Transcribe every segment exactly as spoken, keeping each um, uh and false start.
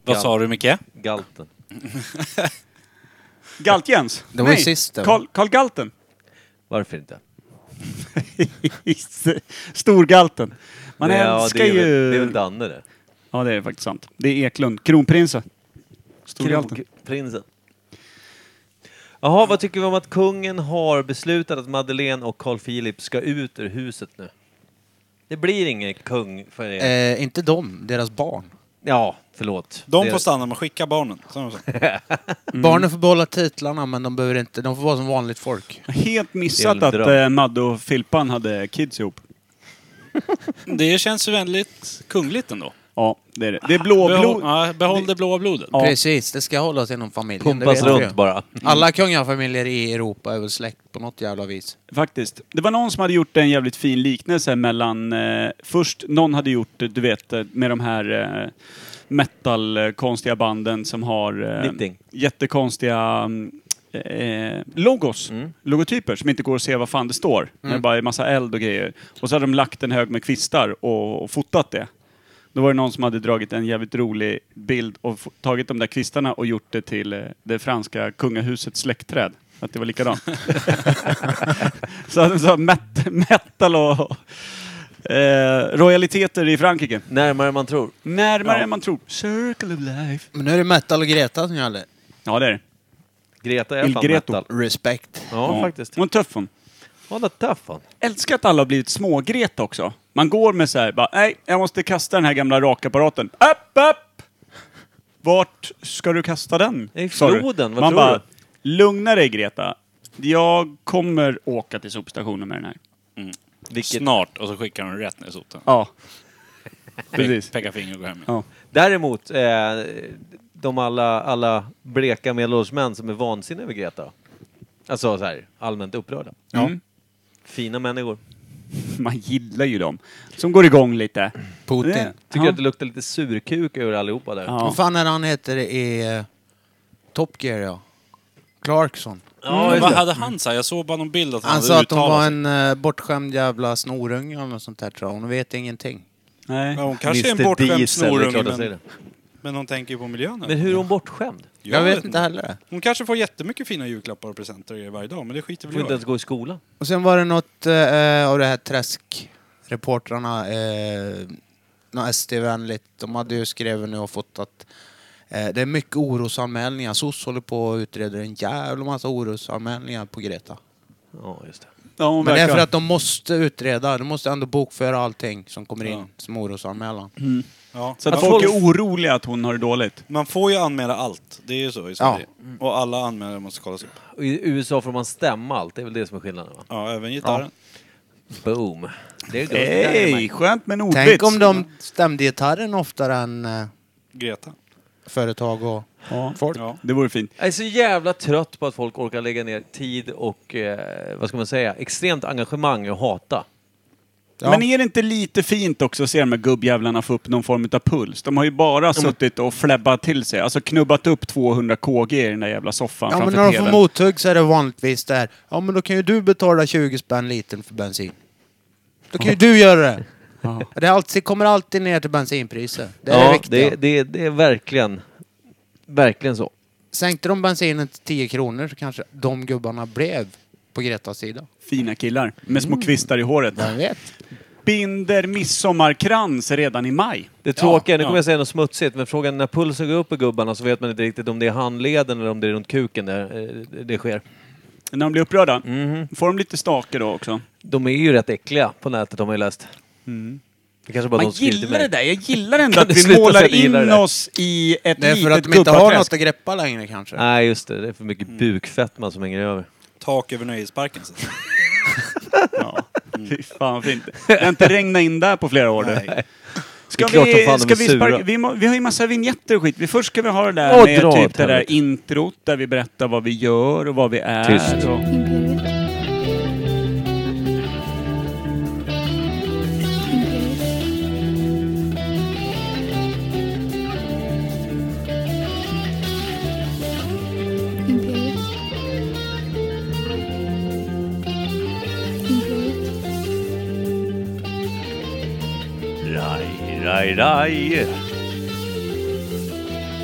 Vad sa du, Micke? Galten. Galtjens? Det var ju sist. Karl, Karl Galten. Varför inte? Storgalten. Man ja, älskar det är ju... Väl, det är väl Danne det? Ja, det är faktiskt sant. Det är Eklund. Kronprinsen. Storgalten. Kronprinsen. Jaha, vad tycker vi om att kungen har beslutat att Madeleine och Carl Philip ska ut ur huset nu? Det blir ingen kung för er. Eh, inte de, deras barn. Ja, förlåt. De det... får stanna, man skickar barnen. Så så. Mm. Barnen får behålla titlarna, men de behöver inte. De får vara som vanligt folk. Helt missat att eh, Madde och Filpan hade kids ihop. Det känns ju väldigt kungligt ändå. Ja, det är det. Det är blåblod. Behåll, ja, behåll det blåa blodet. Ja. Precis, det ska hållas inom familjen. Pumpas det vet runt vi. bara. Alla kungafamiljer i Europa är väl släkt på något jävla vis. Faktiskt. Det var någon som hade gjort en jävligt fin liknelse mellan... Eh, först, någon hade gjort, du vet, med de här eh, metal-konstiga banden som har eh, jättekonstiga eh, logos, mm. logotyper som inte går att se vad fan det står. Mm. Det är bara en massa eld och grejer. Och så hade de lagt en hög med kvistar och, och fotat det. Då var det någon som hade dragit en jävligt rolig bild och f- tagit de där kvistarna och gjort det till eh, det franska kungahusets släktträd. Att det var likadant. så så met- metal och eh, royaliteter i Frankrike. Närmare än man tror. Närmare ja. än man tror. Circle of life. Men nu är det metal och Greta som gäller. Ja, det är det. Greta är fan metal. Respekt. Ja, ja, faktiskt. Hon är tuff hon. Hon är tuff hon. Älskar att alla har blivit små Greta också. Man går med så här, bara, nej, jag måste kasta den här gamla rakapparaten. Upp, upp! Vart ska du kasta den? I floden, vad Man tror bara, du? lugna dig Greta. Jag kommer åka till sopstationen med den här. Mm. Snart, och så skickar hon rätt ner i soten. Ja. Precis. Pekar finger och går hem. Ja. Däremot, eh, de alla, alla bleka medelålders som är vansinniga över Greta. Alltså så här, allmänt upprörda. Mm. Fina människor. Man gillar ju dem. Som går igång lite. Putin. Det, Tycker ja. att det luktar lite surkuk över allihopa där. Ja. Vad fan är det han heter i uh, Top Gear, ja? Clarkson. Ja, Mm, vad hade han sagt? Jag såg bara någon bild att han, Han hade sa att hon uttalat var sig. en uh, bortskämd jävla snorunge eller något sånt där, tror jag. Hon vet ingenting. Nej. Ja, hon kanske är en mister bortskämd Diesel, det är klart snorunge, att säga men, det. men hon tänker ju på miljön. Men hur är hon bortskämd? Jag, jag vet inte heller det. Hon kanske får jättemycket fina julklappar och presenter och grejer varje dag, men det skiter Får väl inte jag ens gå i skolan. Och sen var det något uh, av det här träskreportrarna, uh, något S D-vänligt. De hade ju skrivit nu och fått att uh, det är mycket orosanmälningar. S O S håller på och utreder en jävla massa orosanmälningar på Greta. Ja, just det. Ja, hon Men det är verkar- för att de måste utreda. De måste ändå bokföra allting som kommer in Ja. som orosanmälan. Mm. Ja. Så att Ja, folk folk- är oroliga att hon har det dåligt. Man får ju anmäla allt. Det är ju så i Sverige. Och alla anmälare måste kollas upp. Och i U S A får man stämma allt. Det är väl det som är skillnaden, va? Ja, även gitarren. Boom. Det är gott. Hej, skönt med en ordvits. Tänk om de stämde gitarren oftare än uh, Greta. företag och Ja, folk. Ja. det vore fint. Jag är så jävla trött på att folk orkar lägga ner tid och, eh, vad ska man säga, extremt engagemang och hata. Ja. Men är det inte lite fint också att se de här gubbjävlarna få upp någon form av puls? De har ju bara suttit och flebbat till sig. Alltså knubbat upp tvåhundra kilogram i den där jävla soffan Ja, men framför när de får tvn. mothugg så är det vanligtvis där. Ja, men då kan ju du betala tjugo spänn liten för bensin. Då kan ju du göra det. Ja. Det är alltid, kommer alltid ner till bensinpriser. Det är det Ja, viktiga. det, det, det är verkligen, verkligen så. Sänkte de bensinen till tio kronor så kanske de gubbarna blev på Gretas sida. Fina killar med små kvistar i håret. Vem vet? Binder midsommarkrans redan i maj. Det tråkiga, nu ja. kommer jag säga något smutsigt, men frågan när pulsen går upp i gubbarna så vet man inte riktigt om det är handleden eller om det är runt kuken där eh, det sker. När de blir upprörda. Mhm. Får de lite stake då också. De är ju rätt äckliga på nätet, har man ju läst. Mm. Det kanske bara Man de skrivit till gillar mig. det där. Jag gillar ändå Kan att du vi sluta målar säga att du gillar in det? oss i ett Det är för att litet de inte har gubbaträsk. något att greppa längre kanske. Nej, just det. Det är för mycket bukfettma som hänger över. Tak över nöjesparken. Så. Ja. Fy fan vad fint. Det har inte regnat in där på flera år. Nej. Ska Det är klart som vi, fan de ska är vi, sura. sparka, vi, må, vi har ju massa vignetter och skit. Vi först ska vi ha det där Åh, med dra typ åt det där helvete. introt där vi berättar vad vi gör och vad vi är. Tyst. Och, Imperiet. Imperiet. Imperiet. Raj, raj, raj.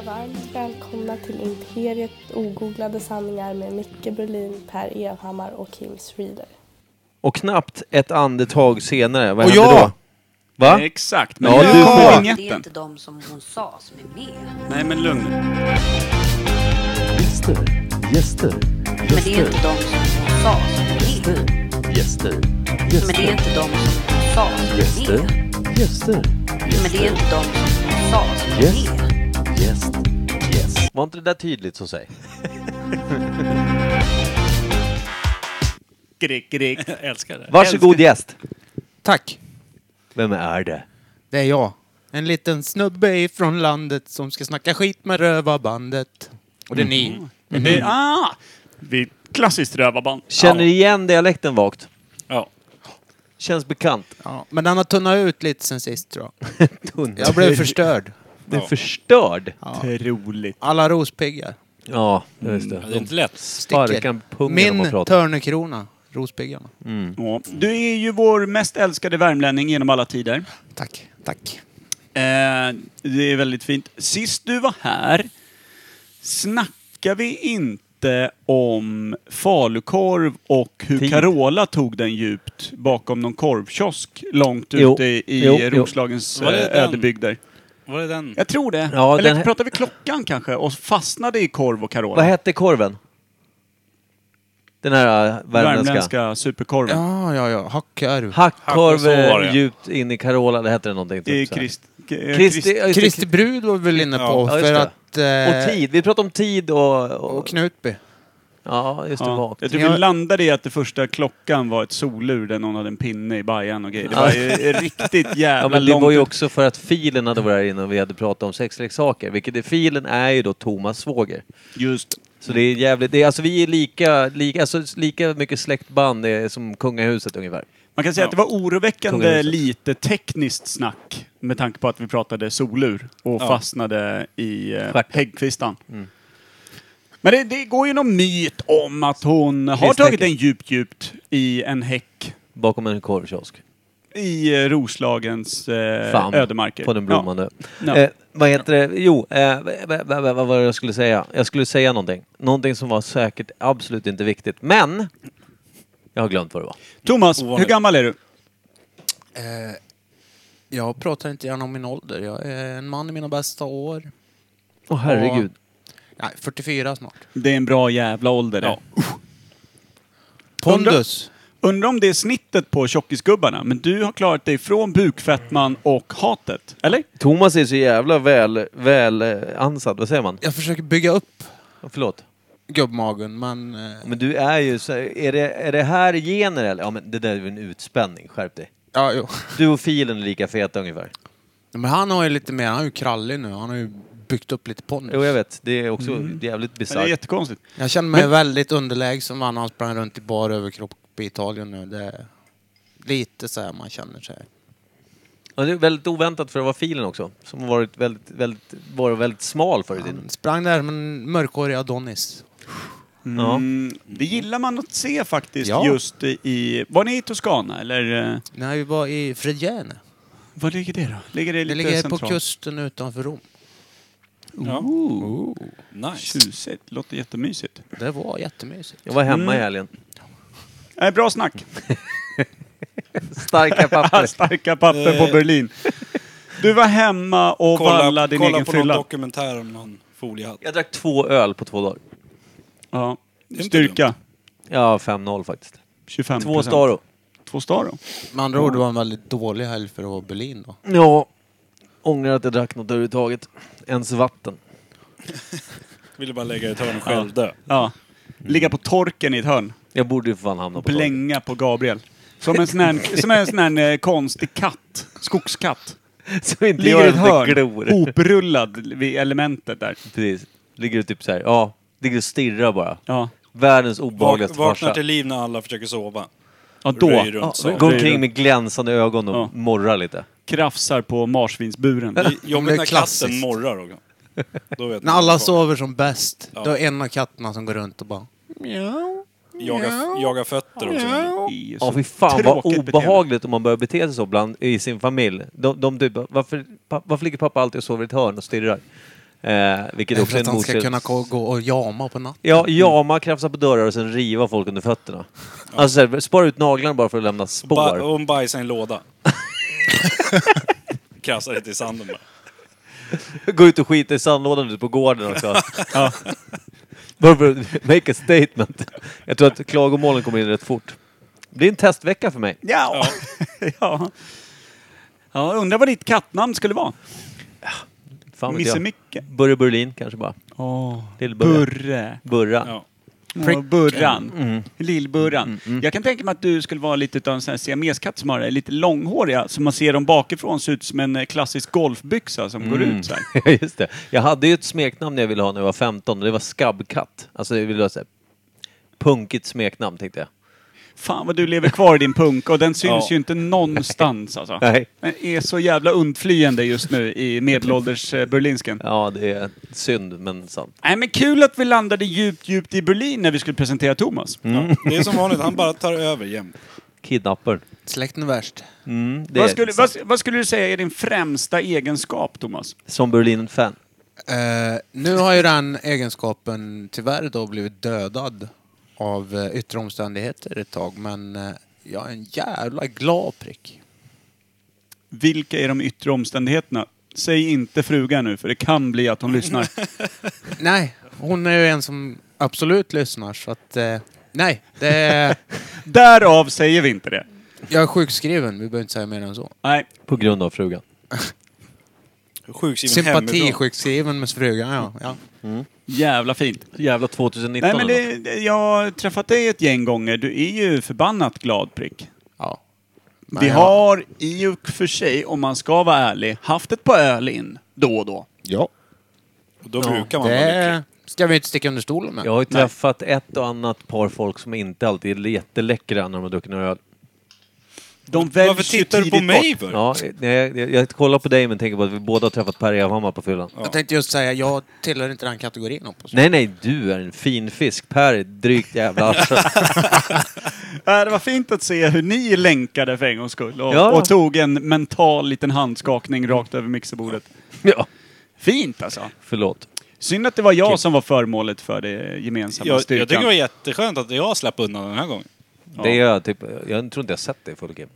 Varmt välkomna till Imperiet ogooglade sanningar med Micke Berlin, Per Evhammar och Kim Reader. Och knappt ett andetag senare, vad och hände jag. då? Va? Exakt, men ja, ja, du får. Det är inte de som hon sa som är med. Nej, men lugn. Gäster, gäster, Men det är inte de som hon sa som är med. gäster, Men det är inte de som hon sa som är gäster, med. gäster, Men det är inte de som hon sa som är Gäst. med. gäst, gäst. Var inte det där tydligt så säg? Grik, grik. Jag älskar det. Varsågod gäst. Tack. Vem är det? Det är jag. En liten snubbe ifrån landet som ska snacka skit med rövarbandet. Och det är ni. Mm. Det är, ah, vi klassiskt rövarband. Känner igen dialekten vagt? Ja. Känns bekant. Ja, men den har tunnat ut lite sen sist tror jag. Tunt. Jag blev förstörd. Det är förstörd. Ja. Roligt. Alla rospiggar. Ja, just det. Ja, det är inte lätt. Sparkar pungen på Min att prata. törnekrona. Rospiggarna. Mm. Ja. Du är ju vår mest älskade värmlänning genom alla tider. Tack, tack. Eh, det är väldigt fint. Sist du var här snackade vi inte om falukorv och hur Tid. Carola tog den djupt bakom någon korvkiosk långt Jo. ute i, i Jo, jo. Roslagens Var det eh, den? ödebygder. Var det den? Jag tror det. Ja, Eller den här- pratade vi klockan kanske och fastnade i korv och Carola? Vad hette korven? Den här äh, värmländska. Värmländska superkorven. Ja, ja, ja. Hackkorv. Hackkorv Så var det. eh, djupt in i Carola, det hette det någonting. Det är Typ, så här. Krist, eh, Kristi, ja, just det. Kristi brud var vi väl inne på. Ja, just för det. att... Eh, Och tid. Vi pratade om tid och... och, Och Knutby. ja, just det. Ja. Vagt. Jag tror vi landade i att det första klockan var ett solur där någon hade en pinne i bajan och grejer. Det var ju riktigt jävla Ja, men det långt. var ju också för att filen hade varit här inne och vi hade pratat om sexleksaker. Vilket är, filen är ju då Thomas svåger. Just. Så det är jävligt... Det är, alltså vi är lika, lika, alltså, lika mycket släktband eh, som kungahuset ungefär. Man kan säga Ja. att det var oroväckande Kungahuset. lite tekniskt snack med tanke på att vi pratade solur och Ja. fastnade i eh, Stjärten. häggkvistan. Mm. Men det, det går ju någon myt om att hon har Kristäcken. tagit den djupt, djupt i en häck Bakom en korvkiosk. i eh, Roslagens eh, Famn ödemarker. på den blommande. Ja. Eh, vad heter det? Jo, eh, vad, vad, vad var det jag skulle säga? Jag skulle säga någonting. Någonting som var säkert absolut inte viktigt. Men! Jag har glömt vad det var. Thomas, Ovanligt. hur gammal är du? Eh, jag pratar inte gärna om min ålder. Jag är en man i mina bästa år. Åh herregud. Nej, fyrtiofyra snart. Det är en bra jävla ålder det. Ja. Pondus. Undrar om det är snittet på tjockisgubbarna, men du har klarat dig från bukfettman och hatet, eller? Thomas är så jävla väl, väl eh, ansad. Vad säger man? Jag försöker bygga upp Förlåt. gubbmagen, men... Eh, Men du är ju så, är det, är det här gener eller? Ja men det där är ju en utspänning, skärp dig. ja, jo. Du och filen är lika feta ungefär. Men han har ju lite mer, han är ju krallig nu. Han har ju byggt upp lite pondus. Jo jag vet, det är också jävligt Ja, det är bisarrt. jättekonstigt. Jag känner mig Men- väldigt underlägsen när han sprang runt i bar överkropp i Italien nu. Det är lite så här man känner sig. Ja, det är väldigt oväntat för att vara filen också. Som har varit väldigt, väldigt, varit väldigt smal förr i tiden. Han sprang där med en mörkhårig Adonis. Ja. Mm, det gillar man att se faktiskt Ja. just i... Var ni i Toscana eller? eh, När vi var i Frigiane. Var ligger det då? Ligger det Det lite ligger centralt? på kusten utanför Rom. Ja. Ooh. Nice. Tjusigt. Låter jättemysigt. Det var jättemysigt. Jag var hemma Mm. i helgen. Äh, bra snack. Starka papper. Starka papper på Berlin. Du var hemma och Kolla, vallade din kolla egen på någon fylla. dokumentär om någon foliehatt. Jag drack två öl på två dagar. Ja. Det är inte Styrka. Ja, fem noll faktiskt. tjugofem Två Staro. Två Staro. Med andra ord, det var en väldigt dålig helg för att vara Berlin då. Ja. Ångrar att jag drack något överhuvudtaget. Ens vatten. Ville bara lägga i ett hörn och själv dö. Ja. Ligga på torken i ett hörn. Jag borde ju för fan hamna Och på torget. blänga på Gabriel. Som en sån här, som en sån här eh, konstig katt. Skogskatt. Så inte Ligger i jag ett inte hörn. glor. Hoprullad vid elementet där. Precis. Ligger du typ så här. Ja. Ligger och stirrar bara. Ja. Världens Vak, obehagligaste vaknar farsa. till liv när alla försöker sova. Ja, då. Röj runt Ja, så. Går röj omkring runt. med glänsande ögon och Ja. morrar lite. Krafsar på marsvinsburen. Det är Det jobbigt är när klassiskt. katten morrar också. Då vet När man alla vad. sover som bäst, Ja. då är en av katterna som går runt och bara... Mjau, Jaga, mjau, jaga fötter också. mjau. Det är så Ja, fy fan vad tråkigt beteende. obehagligt om man börjar bete sig så bland, i sin familj. De, de typ, varför, pa, varför ligger pappa alltid och sover i ett hörn och stirrar? Eh, vilket också för är att en han ska motsägelse. kunna gå och jama på natten. Ja, jama, krafsa på dörrar och sen riva folk under fötterna. Ja. Alltså så här, spara ut naglarna bara för att lämna spår. Ba- och en bajsa i en låda. Krafsa lite i sanden bara. Gå ut och skita i sandlådan ute på gården också. Ja. Bara för att make a statement. Jag tror att klagomålen kommer in rätt fort. Det blir en testvecka för mig. Ja. Ja. ja. Ja, undrar vad ditt kattnamn skulle vara. Fan vet Misse jag. Micke. Burre Burlin kanske bara. Åh, Lill-Burre. Burre. Burra. Ja. Ja, Burran. Mm. Lillburran. Mm, mm. Jag kan tänka mig att du skulle vara lite av en sån här siameskatt som har lite långhåriga, så man ser dem bakifrån ser ut som en eh, klassisk golfbyxa som går ut så här. Ja, just det. Jag hade ju ett smeknamn jag ville ha när jag var femton och det var Skabbkatt. Alltså jag ville ha så här punkigt smeknamn tänkte jag. Fan vad du lever kvar i din punk och den syns Ja. ju inte någonstans alltså. Nej. Den är så jävla undflyende just nu i medelålders eh, berlinsken. Ja, det är synd men sant. Nej men kul att vi landade djupt, djupt i Berlin när vi skulle presentera Thomas. Ja. Det är som vanligt, han bara tar över jämt. Kidnapparen. Släkten är värst. Mm, det Vad är skulle, vad, vad skulle du säga är din främsta egenskap, Thomas? som Berlin-fan. Eh, nu har ju den egenskapen tyvärr då blivit dödad av uh, yttre omständigheter ett tag, men uh, jag är en jävla glad prick. Vilka är de yttre omständigheterna? Säg inte frugan nu, för det kan bli att hon lyssnar. Nej, hon är ju en som absolut lyssnar, så att uh, nej, det är, Därav säger vi inte det. jag är sjukskriven, vi behöver inte säga mer än så. Nej. På grund av frugan. Sjukskriven hemifrån. Sympatisjukskriven med frugan, ja. ja. Jävla fint. Jävla tjugonitton. Nej men eller det, det, jag har träffat dig ett gäng gånger. Du är ju förbannat glad prick. ja. Men Vi jag- har i och för sig, om man ska vara ärlig, haft ett par öl in då och då. Ja. Och då brukar man vara Det lycklig. ska vi inte sticka under stolen med. Jag har ju Nej. träffat ett och annat par folk som inte alltid är jätteläckra när de har druckit några öl. De väljs Varför ju tittar du på tidigt mig bort. för? Ja, jag, jag, jag kollar på dig men tänker på att vi båda har träffat Per Evhammar på fyllan. Jag tänkte just säga, jag tillhör inte den kategorin hoppas. Nej, nej, du är en fin fisk. Per är ett drygt jävla arsle. Äh, det var fint att se hur ni länkade för en gångs skull. Och, Ja. och tog en mental liten handskakning rakt över mixerbordet. Ja, Fint alltså. förlåt. Synd att det var jag som var föremålet för det gemensamma Jag, styrkan. jag tycker det var jätteskönt att jag slapp undan den här gången. Ja. Det är jag, typ, jag tror inte jag sett det i full game.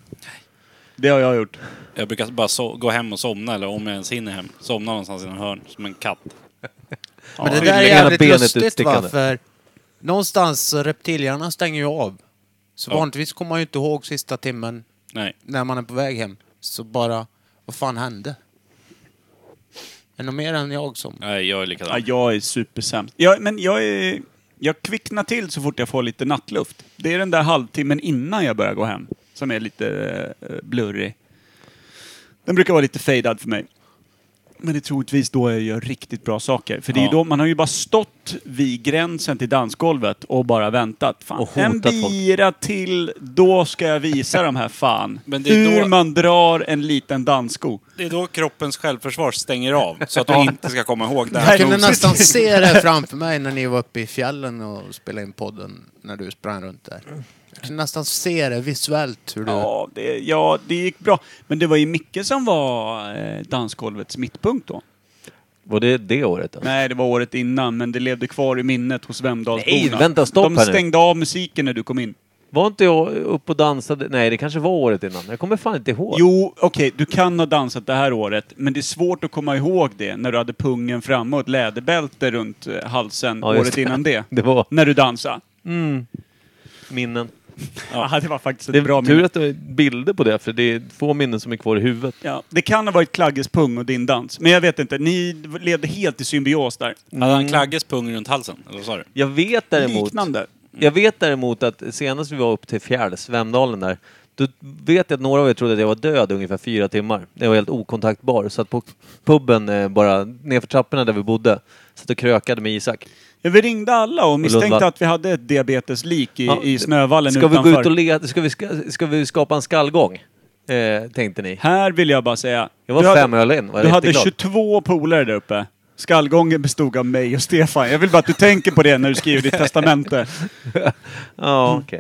Det har jag gjort. Jag brukar bara so- gå hem och somna, eller om jag ens hinner hem. Somna någonstans i en hörn, som en katt. Men det Ja. där är Ena jävligt benet lustigt va, utstickande. för någonstans så reptilhjärnan stänger ju av. Så Ja. vanligtvis kommer man ju inte ihåg sista timmen Nej. när man är på väg hem. Så bara, vad fan hände? Är det någon mer än jag som... Nej, jag är Ja, likadan. jag är supersämst. Jag, men jag är... Jag kvicknar till så fort jag får lite nattluft. Det är den där halvtimmen innan jag börjar gå hem som är lite uh, blurrig. Den brukar vara lite fejdad för mig. Men det är troligtvis då jag gör riktigt bra saker. För det är Ja. då man har ju bara stått vid gränsen till dansgolvet och bara väntat. Fan, Och en hotat folk. bira till, då ska jag visa de här fan. Men det är hur då- man drar en liten danssko. Det är då kroppens självförsvar stänger av, så att du inte ska komma ihåg det Jag här. kunde nästan se det framför mig när ni var uppe i fjällen och spelade in podden, när du sprang runt där. Jag kunde nästan se det visuellt hur du... Ja det, ja, det gick bra. Men det var ju Micke som var eh, dansgolvets mittpunkt då. Var det det året då? Nej, det var året innan, men det levde kvar i minnet hos Vemdalsborna. Nej, vänta, stopp De här nu. stängde av musiken när du kom in. Var inte jag uppe och dansade? Nej, det kanske var året innan. Jag kommer fan inte ihåg. Jo, okej, du kan ha dansat det här året, men det är svårt att komma ihåg det när du hade pungen framme och ett läderbälte runt eh, halsen Ja, just året det. innan det. Det var... När du dansade. Mm. Minnen. Ja, det var faktiskt ett Det är bra tur minne. att du har bilder på det, för det är få minnen som är kvar i huvudet. Ja, det kan ha varit Klagges pung och din dans. Men jag vet inte, ni levde helt i symbios där. Hade han Klagges pung runt halsen? Eller vad sa du? Jag vet däremot... Liknande. Jag vet däremot att senast vi var upp till Fjärdes, Vemdalen där, då vet jag att några av er trodde att jag var död ungefär fyra timmar. Jag var helt okontaktbar. Så att på puben eh, bara nerför trapporna där vi bodde, så och krökade med Isak. Ja, vi ringde alla och misstänkte Lundvall. att vi hade ett diabeteslik i, Ja, i snövallen Ska vi utanför. gå ut och leda? Ska vi, ska, ska vi skapa en skallgång? Eh, tänkte ni. Här vill jag bara säga. Jag var du fem hade, öl in. Var du hade jätteglad. tjugotvå polare där uppe. Skallgången bestod av mig och Stefan. Jag vill bara att du tänker på det när du skriver ditt testamente. Ja, okej.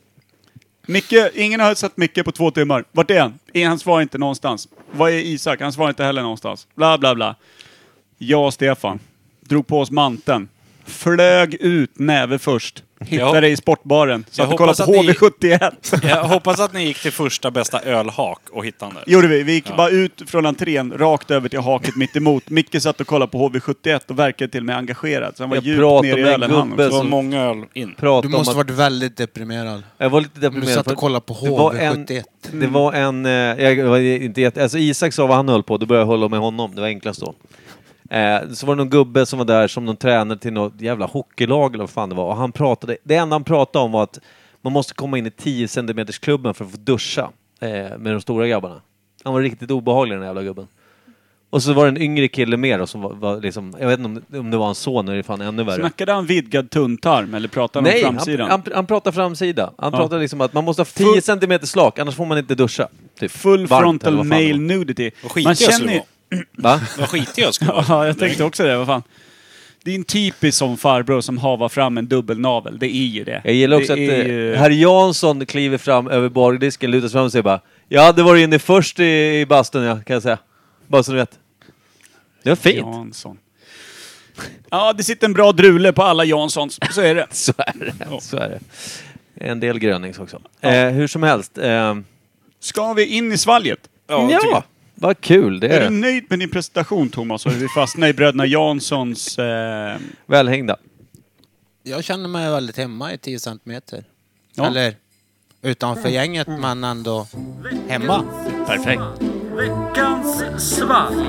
Micke, ingen har sett Micke på två timmar. Vart är han? Han svarar inte någonstans. Vad är Isak? Han svarar inte heller någonstans. Bla, bla, bla. Jag och Stefan drog på oss manteln. Flög ut näve först. Hittade det i sportbaren. Så att kolla på H V sjuttioett. Jag hoppas att ni gick till första bästa ölhak och hittade den. Gjorde vi. Vi gick Ja. bara ut från entrén, rakt över till haket mitt emot. Micke satt och kollade på H V sjuttioett och verkade till och med engagerad. Så han var Jag djupt pratade ner i med en ölen. gubbe Han också. Det var som- många öl in. Prata Du måste om ha att, varit väldigt deprimerad. jag var lite Du deprimerad. satt för och kollade på det var H V en- sjuttioett. Det var en... eh, Jag var inte jätte, alltså Isak sa vad han höll på, då började jag hålla med honom. Det var enklast då. Eh, så var det någon gubbe som var där som någon tränare till något jävla hockeylag eller vad fan det var. Och han pratade... Det enda han pratade om var att man måste komma in i tio centimeters klubben för att få duscha eh, med de stora grabbarna. Han var riktigt obehaglig den jävla gubben. Och så var det en yngre kille med då, som var, var liksom... Jag vet inte om, om det var en son eller fan ännu värre. Snackade han vidgad tunntarm eller pratade han Nej, om han, framsidan? han, han pratar framsida. Han Ja. pratar liksom att man måste ha tio Full- centimeter slak, annars får man inte duscha. Typ. Full Varmt, eller frontal vad fan det male var. nudity. Vad skitig Man jag skulle känner ju... vara. Va? Vad skitig jag skulle vara. Ja, jag tänkte också det. Vad fan. Det är en typisk som farbror som havar fram en dubbelnavel. Det är ju det. Jag gillar också det att är eh, ju... herr Jansson kliver fram över bardisken, lutar sig fram och säger bara jag hade varit inne först i, i bastun, ja, kan jag säga. Bara så du vet. Det var fint. Jansson. Ja, det sitter en bra drule på alla Janssons. Så är det. Så är det. Så är det. En del grönings också. Eh, hur som helst. Eh, Ska vi in i svalget? Ja, tycker jag. vad kul det Är är. du nöjd med din presentation, Thomas? Och är vi fastnar i bröderna Janssons... Eh... Välhängda. Jag känner mig väldigt hemma i tio centimeter. Ja. Eller utanför gänget, men ändå hemma. Perfekt. Veckans svalg.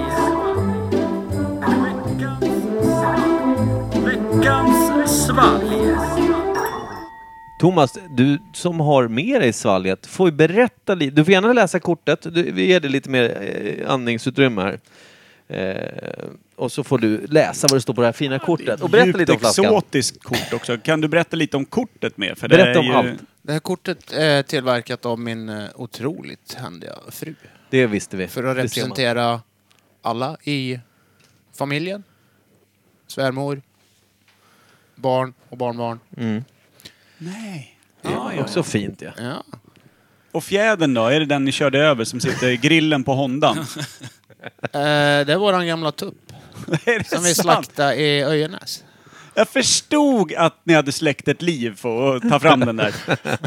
Veckans svalg. Thomas, du som har med dig svalget, får ju berätta lite. Du får gärna läsa kortet. Du, vi ger dig lite mer eh, andningsutrymme här. Eh, och så får du läsa vad det står på det här fina kortet. Och berätta Djupt lite om flaskan. exotiskt kort också. Kan du berätta lite om kortet med? För Berätta det är om ju... allt. Det här kortet är tillverkat av min eh, otroligt händiga fru. Det visste vi. För att Det ser man. representera alla i familjen. Svärmor, barn och barnbarn. Mm. Nej. Det är också fint, ja. Ja. Och fjädern då? Är det den ni körde över som sitter i grillen på Hondan? Eh, det är våran gamla tupp är det som vi sant? slaktade i Öjenäs. Jag förstod att ni hade släckt ett liv för att ta fram den där.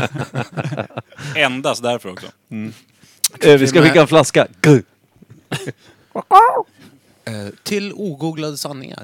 Endast därför också. Eh, vi ska skicka en flaska. Guh. Eh, till ogooglade sanningar.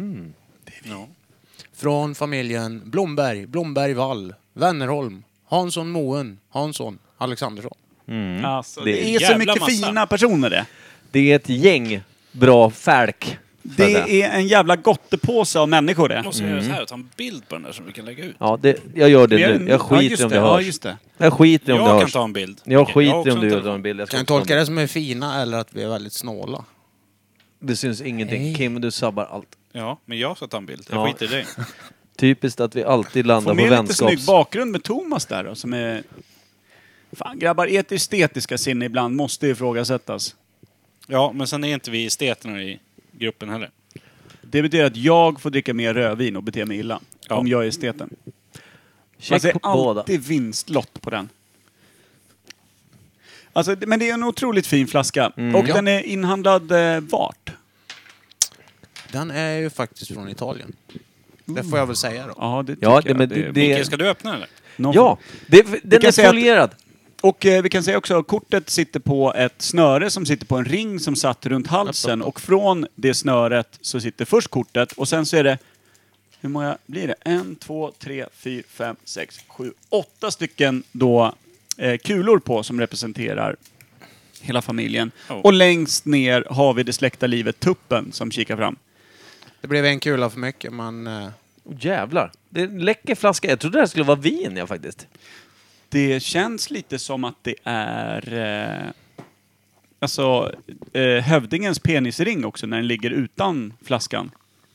Ja. Från familjen Blomberg, Blomberg Wall, Wennerholm, Hansson Moen, Hansson, Alexandersson. Mm. Alltså, Det det, är är så jävla mycket massa. fina personer det. Det är ett gäng bra fälk. Det är en jävla gottepåse av människor det. Jag måste göra så här och ta en bild på den där som vi kan lägga ut. Ja, det, jag gör det Men- nu. Jag ja, skiter just om det Ja, hörs. just det. Jag skiter om det Jag kan hörs. ta en bild. Jag Okej, skiter har också om du en gör telefon. en bild. Jag ska Kan jag inte ta tolka en det som är fina eller att vi är väldigt snåla? bild. Det syns ingenting. Nej. Kim, du sabbar allt. Ja, men jag ska ta en bild. Jag Ja. skiter i dig. Typiskt att vi alltid landar Få på med lite vänskaps... snygg bakgrund med Thomas där då, som är... Fan grabbar, ert estetiska sinne ibland måste ifrågasättas. Ja, men sen är inte vi esteterna i gruppen heller. Det betyder att jag får dricka mer rödvin och bete mig illa. Ja. Om jag är esteten. Check Alltså, det på är båda. alltid vinstlott på den. Alltså, det- men det är en otroligt fin flaska. Mm. Och Ja. den är inhandlad eh, vart? Den är ju faktiskt från Italien. Det får jag väl säga då. Ja, det tycker Ja, det- jag. men är- det- Micke, ska du öppna eller? någon Ja, det, den kan är säga att- folierad. Och eh, vi kan säga också att kortet sitter på ett snöre som sitter på en ring som satt runt halsen. Och från det snöret så sitter först kortet och sen så är det... Hur många blir det? En, två, tre, fyra, fem, sex, sju, åtta stycken då eh, kulor på som representerar hela familjen. Oh. Och längst ner har vi det släkta livet Tuppen som kikar fram. Det blev en kula för mycket, men... Eh, Oh, jävlar. Det är en läcker flaska. Jag trodde det här skulle vara vin, ja, faktiskt. Det känns lite som att det är eh, alltså eh, hövdingens penisring också när den ligger utan flaskan.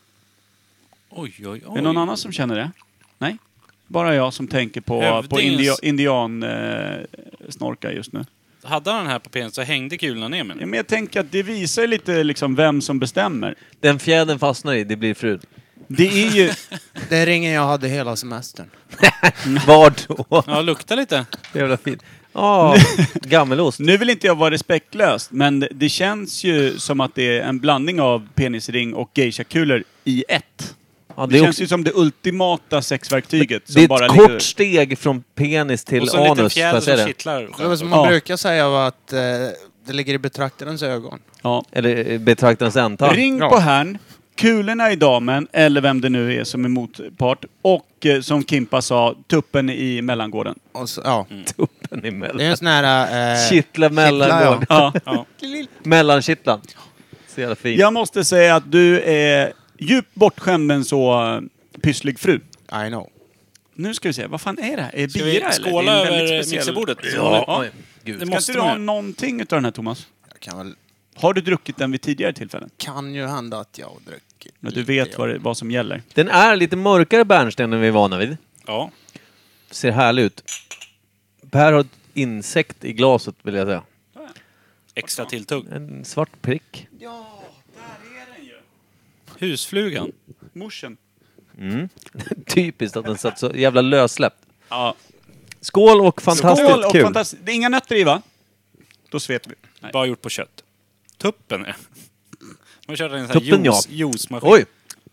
Oj, oj, oj. Är det någon annan som känner det? Nej? Bara jag som tänker på, på Hövdingens- india, indian eh, snorka just nu. Hade han den här på penis så hängde kulorna ner med Ja, den. men jag tänker att det visar lite liksom vem som bestämmer. Den fjädern fastnar i, det blir frun. Det är ju... Det är ringen jag hade hela semestern. Var då? Ja, lukta lite. Jävla fint. Ja, gammelost. Nu vill inte jag vara respektlös, men det känns ju som att det är en blandning av penisring och geisha-kulor i ett. Ja, Det, det är känns också, ju som det ultimata sexverktyget. det Som är bara ett ligger... kort steg från penis till Och så en liten anus. Får fjäder jag säga som det? kittlar. Det var som man Ja. brukar säga var att eh, det ligger i betraktarens ögon. Ja. Eller betraktarens ändtarm. Ring Ja. på herrn, kulorna i damen, eller vem det nu är som är motpart. Och eh, som Kimpa sa, tuppen i mellangården. Och så, ja. Tuppen emellan. Det är en sån här... Eh, Kittla mellangård. Ja. Ja. Mellankittlan. Så jävla fint. Jag måste säga att du är djupt bortskämd med en så eh, pysslig fru. I know. Nu ska vi se, vad fan är det här? Är det Ska bira vi eller? skåla Det är en väldigt över speciell- mixerbordet? Ja. Ja. Oj, gud. Det Ska måste inte du ha man. någonting utav den här, Thomas? Jag kan väl... Har du druckit den vid tidigare tillfällen? Kan ju hända att jag har druckit. Men du lite, vet ja. vad, det, vad som gäller. Den är lite mörkare bärnsten än vi är vana vid. Ja. Ser härlig ut. Per har ett insekt i glaset vill jag säga. Extra tilltugg. En svart prick. Ja, där är den ju. Husflugan. Morsen. Typiskt att den satt så jävla lössläppt. Ja. Skål och fantastiskt Skål och kul. fantastiskt. Det är inga nötter i, va? Då sveper vi. Nej. Bara gjort på kött. Tuppen är... Man kör en sån här Tuppen, juice, ja. juicemaskin. Oj!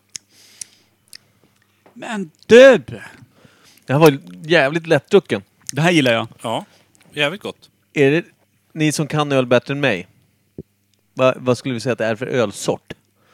Men du! Det här var jävligt lättdrucken. Det här gillar jag. Ja, jävligt gott. Är det ni som kan öl bättre än mig? Va, vad skulle vi säga att det är för ölsort?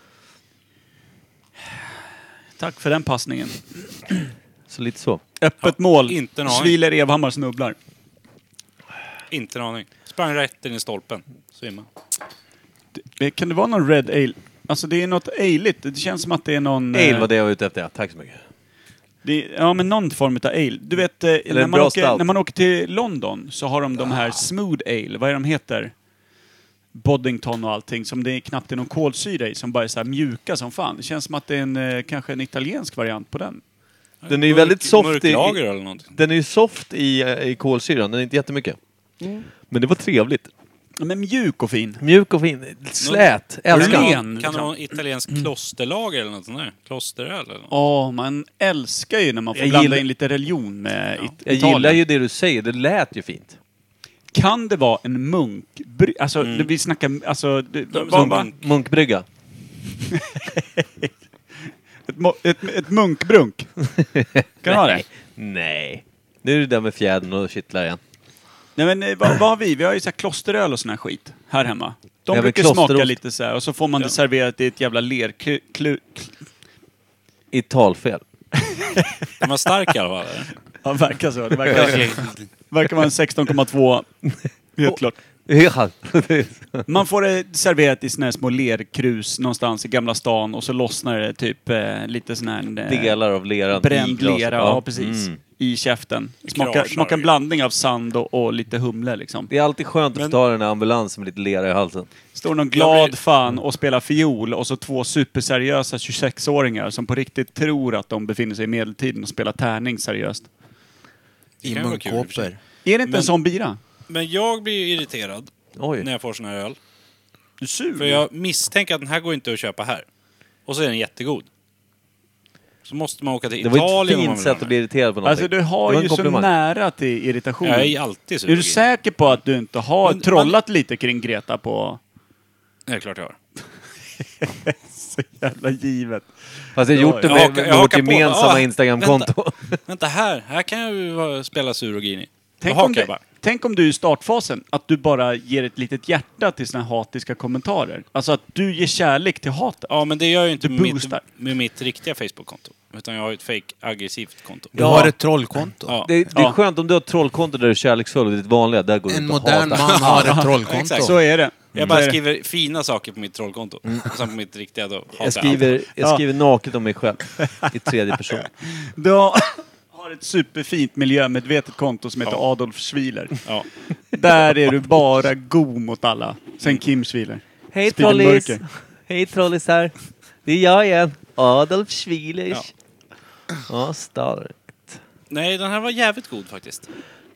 Tack för den passningen. Så lite så. Öppet mål. inte en aning. Sviler Evhammar snubblar. Inte en aning. Sprang rätt in i stolpen. Svimma. Det, kan det vara någon Red Ale? Alltså det är något ale-igt. Det känns som att det är någon... eh, Ale var det jag var ute efter, ja. Tack så mycket. Det, ja, men någon form av ale. Du vet, eh, när, en man bra åker, stout. när man åker till London så har de de här smooth ale. Vad är de heter? Boddington och allting. Som det är knappt är någon kolsyra i. Som bara är så här mjuka som fan. Det känns som att det är en, eh, kanske en italiensk variant på den. Den är ju Mörk- väldigt soft mörk i, lager eller någonting. den är ju soft i, eh, i kolsyran, den är inte jättemycket. Men det var trevligt. Ja, men mjuk och fin. Mjuk och fin. Slät. Älskar Ren. den. Kan, liksom. kan det vara en italiensk klosterlager eller något sånt där? Klosteröl eller något? Åh, man älskar ju när man får Jag blanda gillar- in lite religion med it- Jag Italien. gillar ju det du säger, det lät ju fint. Kan det vara en munk... Alltså, Mm. det, vi snackar... Alltså, det, Som vad- vad- munk. Munkbrygga. ett, mo- ett, ett munkbrunk. Kan det vara det? Nej. Nu är det där med fjädern och kittlar igen. Nej men eh, vad, vad har vi? Vi har ju så här klosteröl och sån här skit här hemma. De Ja, men brukar smaka klosterost. lite så här och så får man det serverat i ett jävla ler... Klu, klu, I talfel. Den var stark i alla fall. eller? ja, verkar så. Det verkar, verkar vara en sexton komma två. Helt klart. Ja. Man får det serverat i såna här små lerkrus någonstans i Gamla stan och så lossnar det typ eh, lite sån här... Eh, Delar av leran i bränd glaset. lera, ja, precis. Mm. I käften. Smakar, Krasar. smakar en blandning av sand och, och lite humle liksom. Det är alltid skönt att Men- ta den här ambulansen med lite lera i halsen. Står någon glad fan och spelar fiol och så två superseriösa tjugosex-åringar som på riktigt tror att de befinner sig i medeltiden och spelar tärning seriöst. Det I kan ju vara kul i och för sig. munkkåpor. Är det inte Men- en sån bira? Men jag blir ju irriterad Oj. när jag får sån här öl. Du är sur? För jag misstänker att den här går inte att köpa här. Och så är den jättegod. Så måste man åka till Det var Italien ett om man fint vill ha sätt att den. bli irriterad på någonting. Alltså du Det har var en ju så komplimang. nära till irritation. Jag är alltid sur. Är du säker på att du inte har Men- trollat lite kring Greta på... Det är klart jag har. Så jävla givet. Fast jag har gjort det Jag med, hakar- med jag vårt hakar på. gemensamma Ja, Instagramkonto. Vänta här, här kan jag ju vara- spela sur och grinig. Tänk Då om, hakar jag det, bara. tänk om du i startfasen, att du bara ger ett litet hjärta till såna här hatiska kommentarer. Alltså att du ger kärlek till hatet. Ja, men det gör jag ju inte Du med mitt, boostar. med mitt riktiga Facebook-konto. Utan jag har ju ett fake aggressivt konto. Du har ett trollkonto. Ja. Det, det är Ja. skönt om du har ett trollkonto där du är kärleksfull och ditt vanliga, där går du En inte att modern hata. man har ett trollkonto. Exakt. Så är det. Jag bara Så är det. skriver fina saker på mitt trollkonto. Och sen på mitt riktiga då hatar Jag skriver, jag Ja. skriver naket om mig själv i tredje person. Du har har ett superfint miljömedvetet konto som heter Ja. Adolf Schwiler. allt. Ja. Där är du bara god mot alla. Sen Kim Schwiler. Hej Spiegelmörker. trollis! Hej trollisar! Det är jag igen. Adolf Schwilers. Ja, starkt. Nej, den här var jävligt god faktiskt.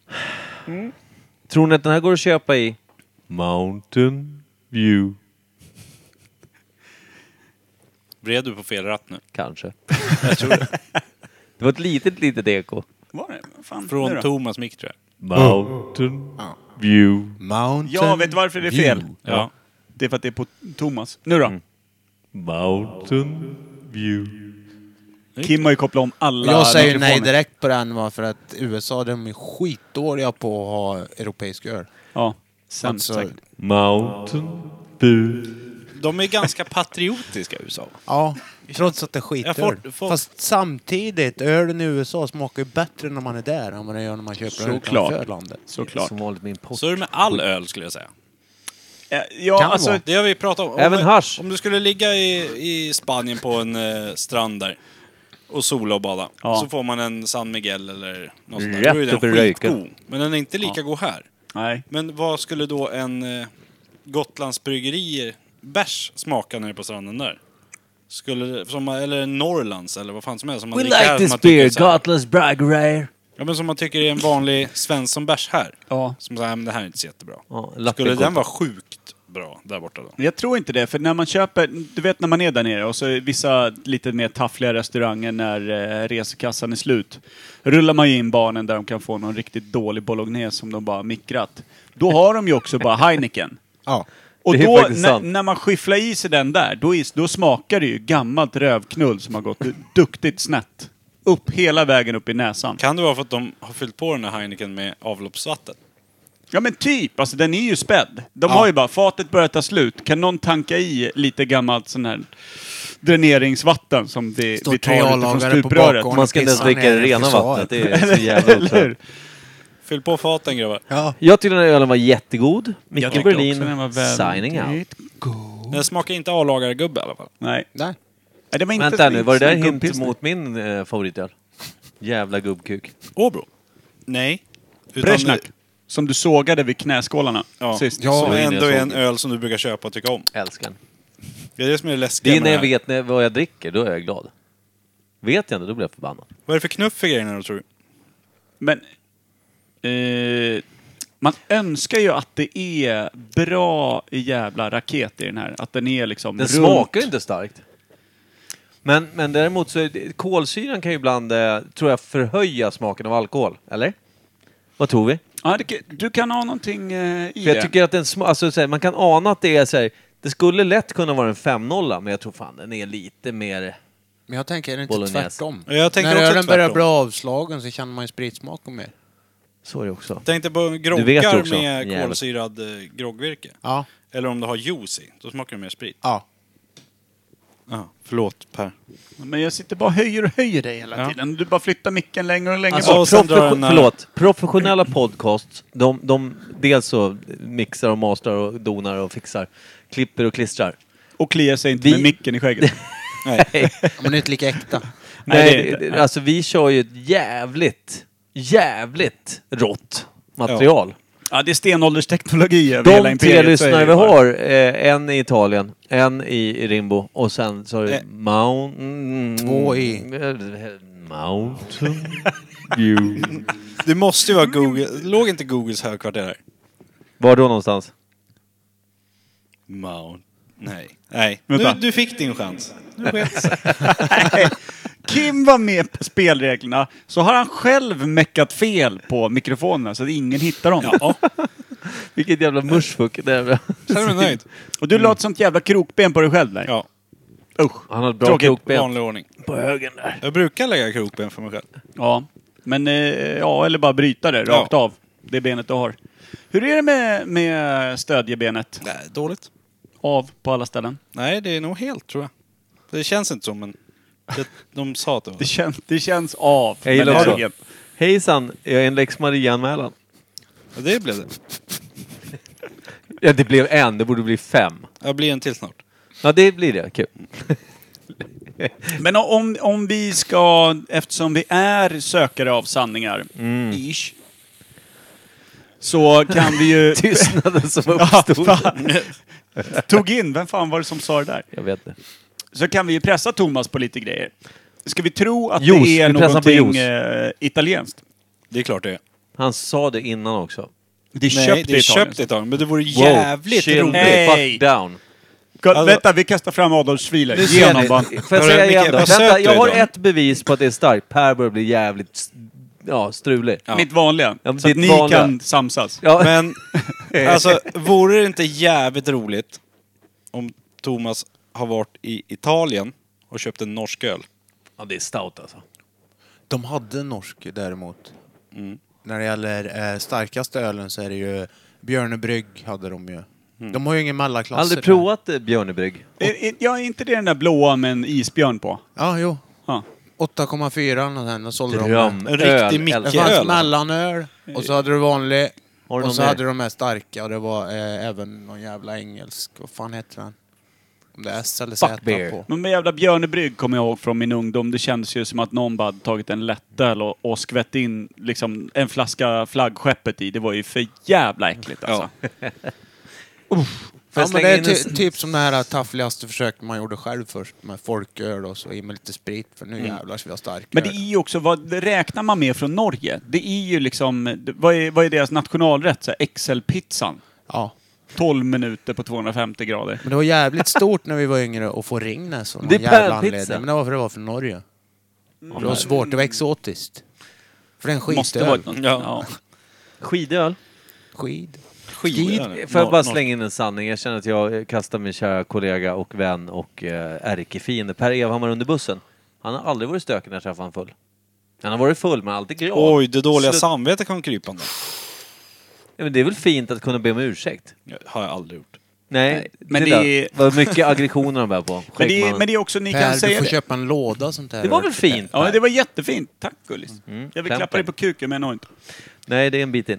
Tror ni att den här går att köpa i Mountain View? Vred du på fel ratt nu? Kanske. Jag tror det. Det var ett litet, litet eko. Var det? Vad fan? Nu Från då? Thomas mick tror jag. Mountain view. Mountain Ja, vet du varför det är fel? view. Ja. Det är för att det är på Thomas. Nu då? Mm. Mountain view. Kim har ju kopplat om alla Jag säger nej mikrofoner. direkt på den va, för att U S A de är skitdåliga på att ha europeisk öl. Ja, sämst Alltså, säkert. Mountain view. De är ganska patriotiska i U S A. ja, trots att det är skitöl. Jag får- får- Fast samtidigt, ölen i U S A smakar ju bättre när man är där än vad det gör när man köper öl Såklart. utanför landet. Såklart. Som vanligt min post. Så är det med all öl skulle jag säga. Eh, Ja, Kan alltså... vara. Det har vi pratat om. Även om, hasch. Om du skulle ligga i, i Spanien på en eh, strand där och sola och bada. Ja. Så får man en San Miguel eller något sånt där. Rätt Då är den upp i röken. skitgod. Men den är inte lika Ja. god här. Nej. Men vad skulle då en eh, Gotlands bryggerier bärs smaka när det är på stranden där? Skulle det, som, eller en Norrlands eller vad fan som helst. Som man We dricker här, like som this man tycker är beer, så här- Gotlands Bragg. Ja, men som man tycker är en vanlig Svensson bärs här. Ja. Som säger, men det här är inte så jättebra. Ja, Skulle den vara sjukt bra där borta då? Jag tror inte det, för när man köper, du vet när man är där nere och så är vissa lite mer taffliga restauranger när eh, resekassan är slut. Rullar man ju in barnen där de kan få någon riktigt dålig bolognese som de bara mikrat. Då har de ju också bara Heineken. Ja. Och Det är då, faktiskt när, sant. när man skifflar i sig den där, då, is, då smakar det ju gammalt rövknull som har gått duktigt snett. Upp hela vägen upp i näsan. Kan det vara för att de har fyllt på den här Heineken med avloppsvatten? Ja men typ, alltså den är ju spädd. De Ja. har ju bara, fatet börjar ta slut. Kan någon tanka i lite gammalt sån här dräneringsvatten som det, Står vi tar tre utifrån A-lagare på stupröret? bakgården. Man ska inte ens Pissar dricka det ner i rena försvaret. vattnet. Det är så jävla Eller hur? otroligt. Fyll på faten grabbar. Ja. Jag tyckte den här ölen var jättegod. Micke Jag tycker också Berlin, den var väldigt signing out. Den smakar inte A-lagargubbe i alla fall. Nej. Nej. Nej, det var inte Vänta nu, var det där inte hint gubbpilsner. mot min eh, favoritöl? Jävla gubbkuk. Åbro? Nej. Utan Brezjnak, som du sågade vid knäskålarna Ja. sist. Ja. Som jag ändå är en såg. öl som du brukar köpa och tycka om. Älskar den. Det är det som är det läskiga Det är med när jag det här. vet när, vad jag dricker, då är jag glad. Vet jag inte, då blir jag förbannad. Vad är det för knuff för grejerna då tror du? Men eh, man önskar ju att det är bra jävla raket i den här. Att den är liksom Den runt. smakar ju inte starkt. Men, men däremot så är det, kolsyran kan ju ibland, eh, tror jag, förhöja smaken av alkohol. Eller? Vad tror vi? Ja, det, du kan ha någonting eh, i För jag det. tycker att den sma- alltså, så här, man kan ana att det är så här, det skulle lätt kunna vara en fem noll, men jag tror fan den är lite mer... Men jag tänker, är det inte Bolognese. tvärtom? Jag tänker När också ölen börjar tvärtom. bli avslagen så känner man ju spritsmaken mer. Så är det också. Jag tänkte på Du vet ju groggar också. med Jävlar. kolsyrad eh, groggvirke. Ja. Eller om du har juice i, då smakar det mer sprit. Ja. Ja, förlåt Per. Men jag sitter bara och höjer och höjer dig hela Ja. tiden. Du bara flyttar micken längre och längre Alltså, bort. och sen drar profession- den, eh, förlåt, professionella podcasts, de, de dels så mixar och mastrar och donar och fixar, klipper och klistrar. Och kliar sig inte Vi- med micken i skägget. Nej. Men det är inte lika äkta. Nej, Nej, det är inte. det- alltså vi kör ju ett jävligt, jävligt rått material. Ja, det är stenåldersteknologi över hela De imperiet. tre så är lyssnare det vi bara. har, eh, en i Italien, en i Rimbo och sen så har det Eh. Mount... Två i. Mountain View. Det måste ju vara Google. Låg inte Googles högkvarter här? Var då någonstans? Mount. Nej. Nej. Vänta. Du, du fick din chans. Nu vet Kim var med på spelreglerna, så har han själv meckat fel på mikrofonerna så att ingen hittar dem. Ja, Vilket jävla mushfuck det är. så är du nöjd. Och du la ett sånt jävla krokben på dig själv där. Ja, Usch. Han har ett bra Tråkigt. krokben. vanlig ordning. På högen där. Jag brukar lägga krokben för mig själv. Ja. Men, eh, ja, eller bara bryta det rakt Ja. av. Det benet du har. Hur är det med, med stödjebenet? Nej, dåligt. Av på alla ställen? Nej, det är nog helt tror jag. Det känns inte så, men det, de sa att det var. Det, kän, det känns av. Jag gillar men det är också. helt- Hejsan, jag är en Lex Maria-anmälan. Ja, det blev det. Ja, det blev en, det borde bli fem. Jag blir en till snart. Ja, det blir det. Kul. Men om, om vi ska, eftersom vi är sökare av sanningar, Mm. ish, så kan vi ju... Tystnaden som Ja, uppstod. fan. Tog in, vem fan var det som sa det där? Jag vet det. Så kan vi ju pressa Thomas på lite grejer. Ska vi tro att Juice, det är vi pressar på någonting juice. eh, italienskt? Det är klart det är. Han sa det innan också. Det är Nej, köpt det är i Italien. köpt i Italien. Men det vore jävligt chill roligt. the Nej. fuck down. Alltså, vänta, vi kastar fram Adolf Schwiler. Nu Ge ser honom ni. bara. Får jag säga igen då? Vad söt Vänta, du jag är har idag. ett bevis på att det är starkt. Per börjar bli jävligt ja, strulig. Ja. Mitt vanliga. Ja, så att ditt ni vanliga. kan samsas. Ja. Men, alltså, vore det inte jävligt roligt om Thomas har varit i Italien och köpt en norsk öl? ja, det är stout alltså. De hade norsk däremot. Mm. När det gäller eh, starkaste ölen så är det ju Björnebrygg hade de ju. Mm. De har ju ingen mellaklasser. Aldrig provat eh, Björnebrygg. Är, är, ja, är inte det den där blåa med en isbjörn på? Ja, jo. Ja. åtta komma fyra och sen och sålde de. Dröm. En riktig Öl, Det Micke-öl. fanns alltså. mellanöl och så hade du vanlig Har du och någon så mer? hade de med starka och det var eh, även någon jävla engelsk. Vad fan heter den? Om det är S eller Z Fuck beer. på. Men med jävla Björnebrygg kommer jag ihåg från min ungdom. Det kändes ju som att någon bara hade tagit en lättöl och, och skvätt in liksom, en flaska flaggskeppet i. Det var ju för jävla äckligt alltså. Får Ja, jag men slänga det är in en ty- typ som det här taffligaste försöket man gjorde själv först med folköl och så i med lite sprit för nu jävlar ska vi ha stark Men det öl. är ju också, vad räknar man med från Norge? Det är ju liksom, vad är, vad är deras nationalrätt? Så här, Excel-pizzan. Ja. tolv minuter på tvåhundrafemtio grader. Men det var jävligt stort när vi var yngre att få Ringnes av någon Det är jävla pärlpizza. anledning. Men det var för det var från Norge. Det var svårt, det var exotiskt. För det är en Måste vara skitöl. något. Ja. Ja. Skidöl. Skid. Skid. Får jag bara slänga in en sanning? Jag känner att jag kastar min kära kollega och vän och eh, ärkefiende Per Evhammar under bussen. Han har aldrig varit stökig när jag träffade honom full. Han har varit full men alltid glad. Oj, det dåliga Slut- samvetet kom krypande. Ja, men det är väl fint att kunna be om ursäkt? Det har jag aldrig gjort. Nej, Nej, men titta, det är- vad mycket aggressioner de bär på. Men, det är, Skäggmannen. men det är också, ni kan Per, du säga får det. köpa en låda sånt här. Det var väl fint? Ja, det var jättefint. Tack Gullis. Mm, Jag vill kläm klappa på dig på kuken men jag når inte. Nej, det är en bit in.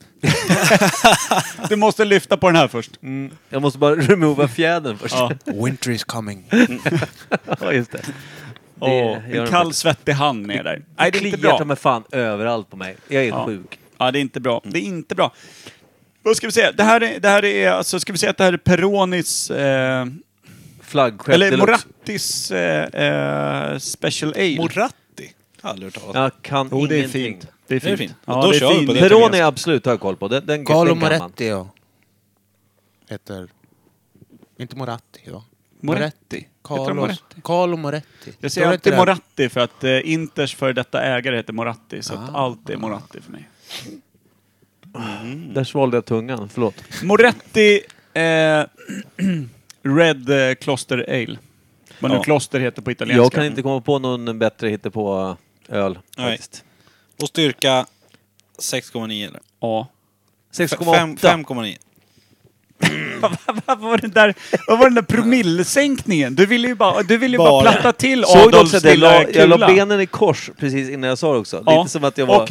Du måste lyfta på den här först. Mm. Jag måste bara remova fjädern först. Ja. Winter is coming. Ja, just det. Åh, gör en de kall svettig hand ner där. Nej, det är inte kliar ta bra. med fan överallt på mig. Jag är Ja. sjuk. Ja, det är inte bra. Det är inte bra. Vad ska vi säga? Det här är, det här är alltså, ska vi säga att det här är Peronis, eh, Flaggskepp eller deluxe. Morattis eh, eh, Special Ale. Moratti? Jag har aldrig hört talas om. Jag kan Jo, det är ingenting. fint. Det är Det är fint. fint. Ja, Då det är kör vi fint. på det. Peroni absolut har jag koll på. Den, den, Carlo den kan man. Moretti, ja. Heter... Inte Moratti, ja. Moretti. Heter de Carlo Moretti? Carlo Moretti. Jag Står säger det alltid inte där? Moratti för att eh, Inters för detta ägare heter Moratti. Så att Ah. allt är Moratti för mig. Där svalde jag tungan, förlåt. Moretti eh, Red eh, Kloster Ale. Vad nu Ja. kloster heter på italienska. Jag kan inte komma på någon bättre hittepå öl. Nej. Faktiskt. Och styrka sex komma nio eller? Ja. sex komma Fem- åtta. fem komma nio. Vad var den där, vad var den där promillesänkningen? Du ville ju bara, du ville ju bara, Bara. platta till Såg du också Adolfs att jag lilla la, jag la kula. benen i kors precis innan jag sa det också? Ja. Lite som att jag var... Och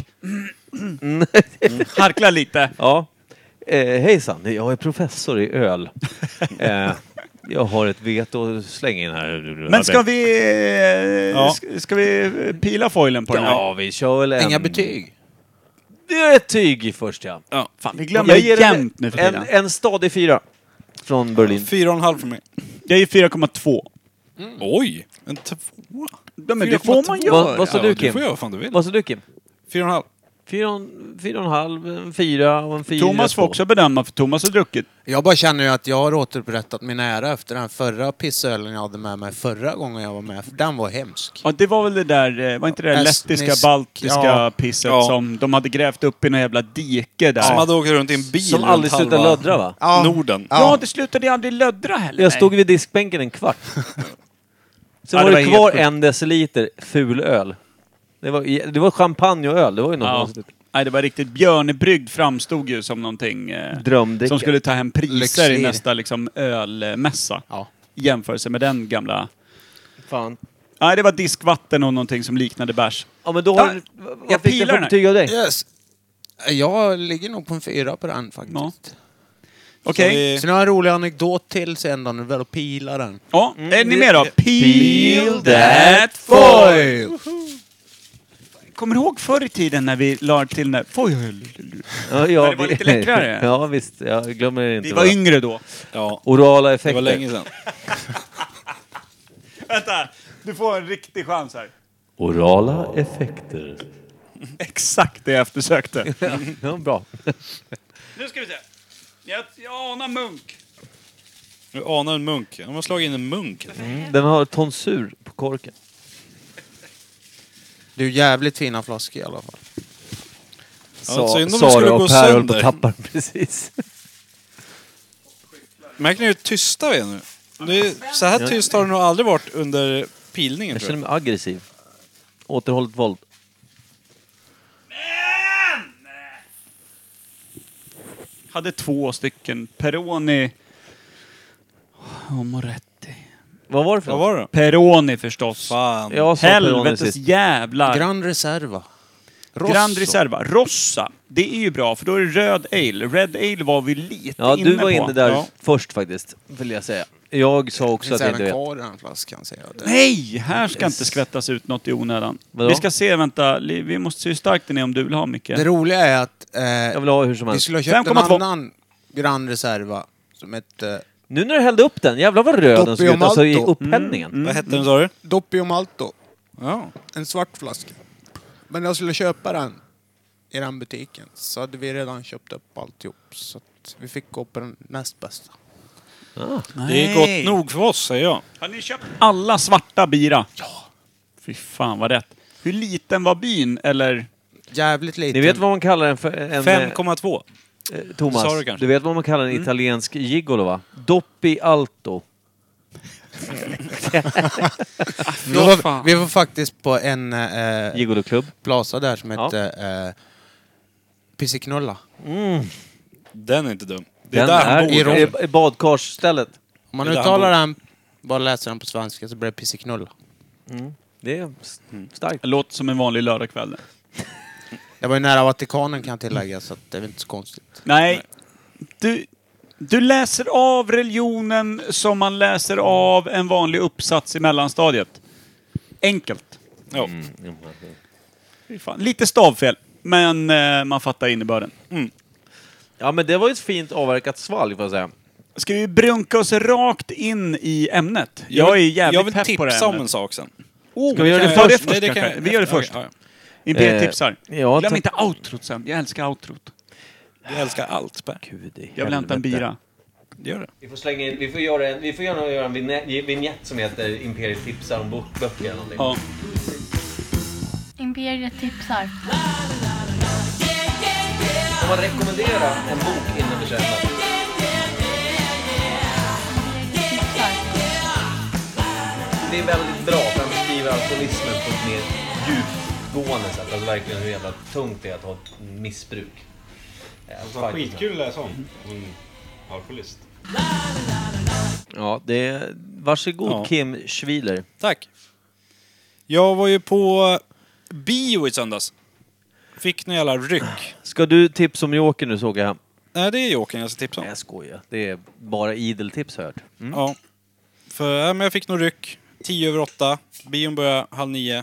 harkla lite. Ja. Eh, hejsan, jag är professor i öl. eh, jag har ett veto att slänga in här. Men ska vi, eh, Ja. ska, ska vi pila foilen på den här? Ja, vi kör väl en... Inga betyg. Det är ett tyg först, ja. Ja. Fan, vi glömmer Jag ger det jämt nu en, för en, tiden. en stadig fyra. Från Berlin. Fyra och en halv för mig. Jag ger fyra komma två. Oj! En tvåa? Ja, men det får man fyra komma två. göra. Vad, vad sa Ja, du, du Kim? får göra vad fan du vill. Vad sa du, Kim? Fyra och en halv. Fyra, och en- fyra och en halv, en fyra och en fyra. Thomas får två. också bedöma, för Thomas har druckit. Jag bara känner ju att jag har återupprättat min ära efter den förra pissölen jag hade med mig förra gången jag var med. För den var hemsk. Ja, det var väl det där, eh, var inte det där Estnisk- lettiska, baltiska ja. pisset Ja. som de hade grävt upp i någon jävla dike där. Som hade åkt runt i en bil Som runt aldrig slutade halva löddra, va? Ja. Norden. Ja, Ja. det slutade ju aldrig löddra heller. Jag stod vid diskbänken en kvart. Sen Ja, det var var det helt kvar sjukt. en deciliter ful öl. Det var, det var champagne och öl, det var ju något Ja. konstigt. Nej, det var riktigt. Björnebrygd framstod ju som någonting eh, Drömdricka. som skulle ta hem priser i Lyxir. nästa liksom, ölmässa. Ja. I jämförelse med den gamla... Fan. Nej, det var diskvatten och någonting som liknade bärs. Ja, men då har Ja, du... Vad jag fick du pilar för den här. betyg av dig? Yes. Jag ligger nog på en fyra på den faktiskt. Ja. Okej. Så Sen har jag en rolig anekdot till sen då, när du väl pilar den. Ja, Mm, är ni det- med då? Peel that Foil! Kommer du ihåg förr i tiden när vi la till den där foil? Ja, ja, det var lite läckrare. Ja, visst. Jag glömmer det inte. Vi var yngre då. Ja, Orala det effekter. var länge sedan. Vänta, du får en riktig chans här. Orala effekter. Exakt det jag eftersökte. Ja, bra. Nu ska vi se. Jag, jag anar munk. Du anar en munk. De har slagit in en munk. Mm, den har tonsur på korken. Det är ju jävligt fina flaskor i alla fall. Ja, synd om de Sara skulle och gå Per höll på sönder. att tappa den precis. Märker ni hur tysta vi är nu? Det är, så här tyst har det nog aldrig varit under pilningen. Jag tror känner mig aggressiv. Återhållet våld. Hade två stycken Peroni och Moretti. Vad var det för Vad något? var det? Peroni förstås. Fan. Jag sa Peroni Helvetes sist. jävlar. Grand Reserva. Rosso. Grand Reserva. Rossa. Det är ju bra, för då är det röd ale. Red ale var vi lite Ja, inne du var på. inne där Ja. först faktiskt, vill jag säga. Jag sa också Det att finns jag inte även vet. kvar i den flaskan, säger jag. Det- Nej, här ska inte skvättas ut något i onödan. Vadå? Vi ska se, vänta. li- Vi måste se hur starkt den är om du vill ha mycket. Det roliga är att eh, Jag vill ha hur som vi helst. skulle ha köpt en fem komma två. annan Grand Reserva som hette Nu när du hällde upp den, jävlar vad röd den såg ut. Doppio Alltså i Malto. upphällningen. Vad hette den, sa du? Doppio Malto. Ja. En svart flaska. Men jag skulle köpa den i den butiken så hade vi redan köpt upp alltihop. Så att vi fick gå på den näst bästa. Det är gott nog för oss, säger jag. Har ni köpt alla svarta bira? Ja. Fy fan vad rätt. Hur liten var byn, eller? Jävligt liten. Ni vet vad man kallar en... För, en fem komma två. eh, Thomas, Sa du kanske? du vet vad man kallar en italiensk gigolo, va? Doppi Alto. vi, var, vi var faktiskt på en eh, Gigolo-klubb. plaza där som Ja. hette eh, Pissiknulla. Mm. Den är inte dum. Det är Den där han är bor. i Rom. i, i badkarsstället. Om man Det är där uttalar han den, bara läser den på svenska så blir det Pissiknulla. Det är s- starkt. Det låter som en vanlig lördagkväll. Jag var ju nära Vatikanen kan jag tillägga så att det är väl inte så konstigt. Nej. Du, du läser av religionen som man läser av en vanlig uppsats i mellanstadiet. Enkelt. Ja. Fy fan. Lite stavfel, men eh, man fattar innebörden. Ja, men det var ju ett fint avverkat svalg, får jag säga. Ska vi brunka oss rakt in i ämnet? Jag Jag är vill, jävligt jag vill pepp på det tipsa om ämnet. en sak sen. Oh, Ska vi göra det kan jag först? det först Nej, det kanske? kan- Vi gör det ja, först. ja, ja. Imperiet Eh, tipsar. ja, Glöm tack. inte outrot sen. Jag älskar outrot. Jag älskar allt, Per. Gud i Jag vill hämta en helvete. bira. Det gör det. Vi får slänga in, vi får göra en, vi får gärna göra en vignett, vignett som heter Imperiet tipsar om bok- böcker eller någonting. Ja. Imperiet tipsar. Om man rekommenderar en bok innan vi köper. Det är väldigt bra för han beskriver alkoholismen på ett mer djupgående sätt. Alltså verkligen hur jävla tungt det är att ha ett missbruk. Ja, Skitkul att läsa om. Mm. Alkoholist. Ja, det är... Varsågod Ja. Kim Schwiler. Tack. Jag var ju på bio i söndags. Fick någon jävla ryck. Ska du tipsa om Joker nu, såg jag hem? Nej, det är Jokern jag ska tipsa om. Nej, jag skojar. Det är bara idel tips har jag hört. Mm. Ja. För ja, men jag fick nog ryck. Tio över åtta. Bion började halv nio.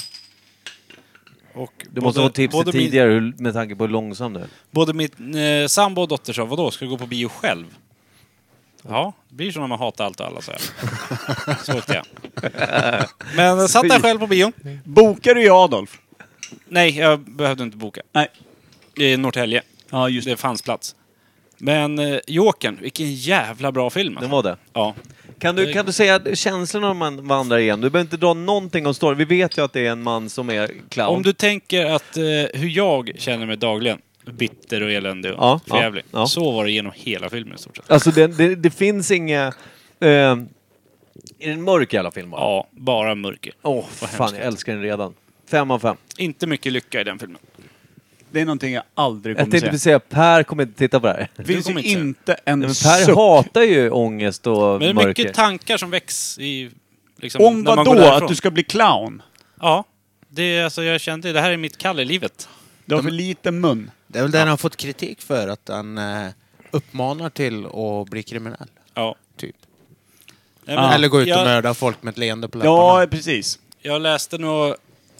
Och Du måste både- få tips både min- tidigare hur- med tanke på hur långsam du är. Både mitt eh, sambo och dotter sa, vadå, ska du gå på bio själv? Ja, det blir så när man hatar allt och alla, så här. Så åkte jag. Men jag satt där själv på bion. Bokar du i Adolf? Nej, jag behövde inte boka. Nej. I Norrtälje. Ja, just Det fanns plats. Men eh, Jokern, vilken jävla bra film. Den Alltså. var det. Ja. Kan du, kan du säga känslorna om man vandrar igen? Du behöver inte dra någonting om storyn. Vi vet ju att det är en man som är clown. Om du tänker att eh, hur jag känner mig dagligen, bitter och eländig och Ja, förjävlig, ja, ja. så var det genom hela filmen i stort sett. Alltså det, det, det finns inga... Eh, är den mörk i alla filmer? Ja, bara mörker. Åh, Vad fan, hemskt. jag älskar den redan. Fem av fem. Inte mycket lycka i den filmen. Det är någonting jag aldrig Jag kommer tänkte se. precis säga, Per kommer inte titta på det här. Det finns kommer ju inte se. inte en Nej, men Per suck. hatar ju ångest och Men det är mörker. mycket tankar som väcks i... Liksom, Om när man vad går då? därifrån. Att du ska bli clown? Ja. Det är, alltså, jag kände det här är mitt kall i livet. Du har för liten mun. Det är väl det han har fått kritik för, att han eh, uppmanar till att bli kriminell. Ja. Typ. Nej, Ja. Eller gå ut och jag, mörda folk med ett leende på läpparna. Ja, precis. jag läste nog...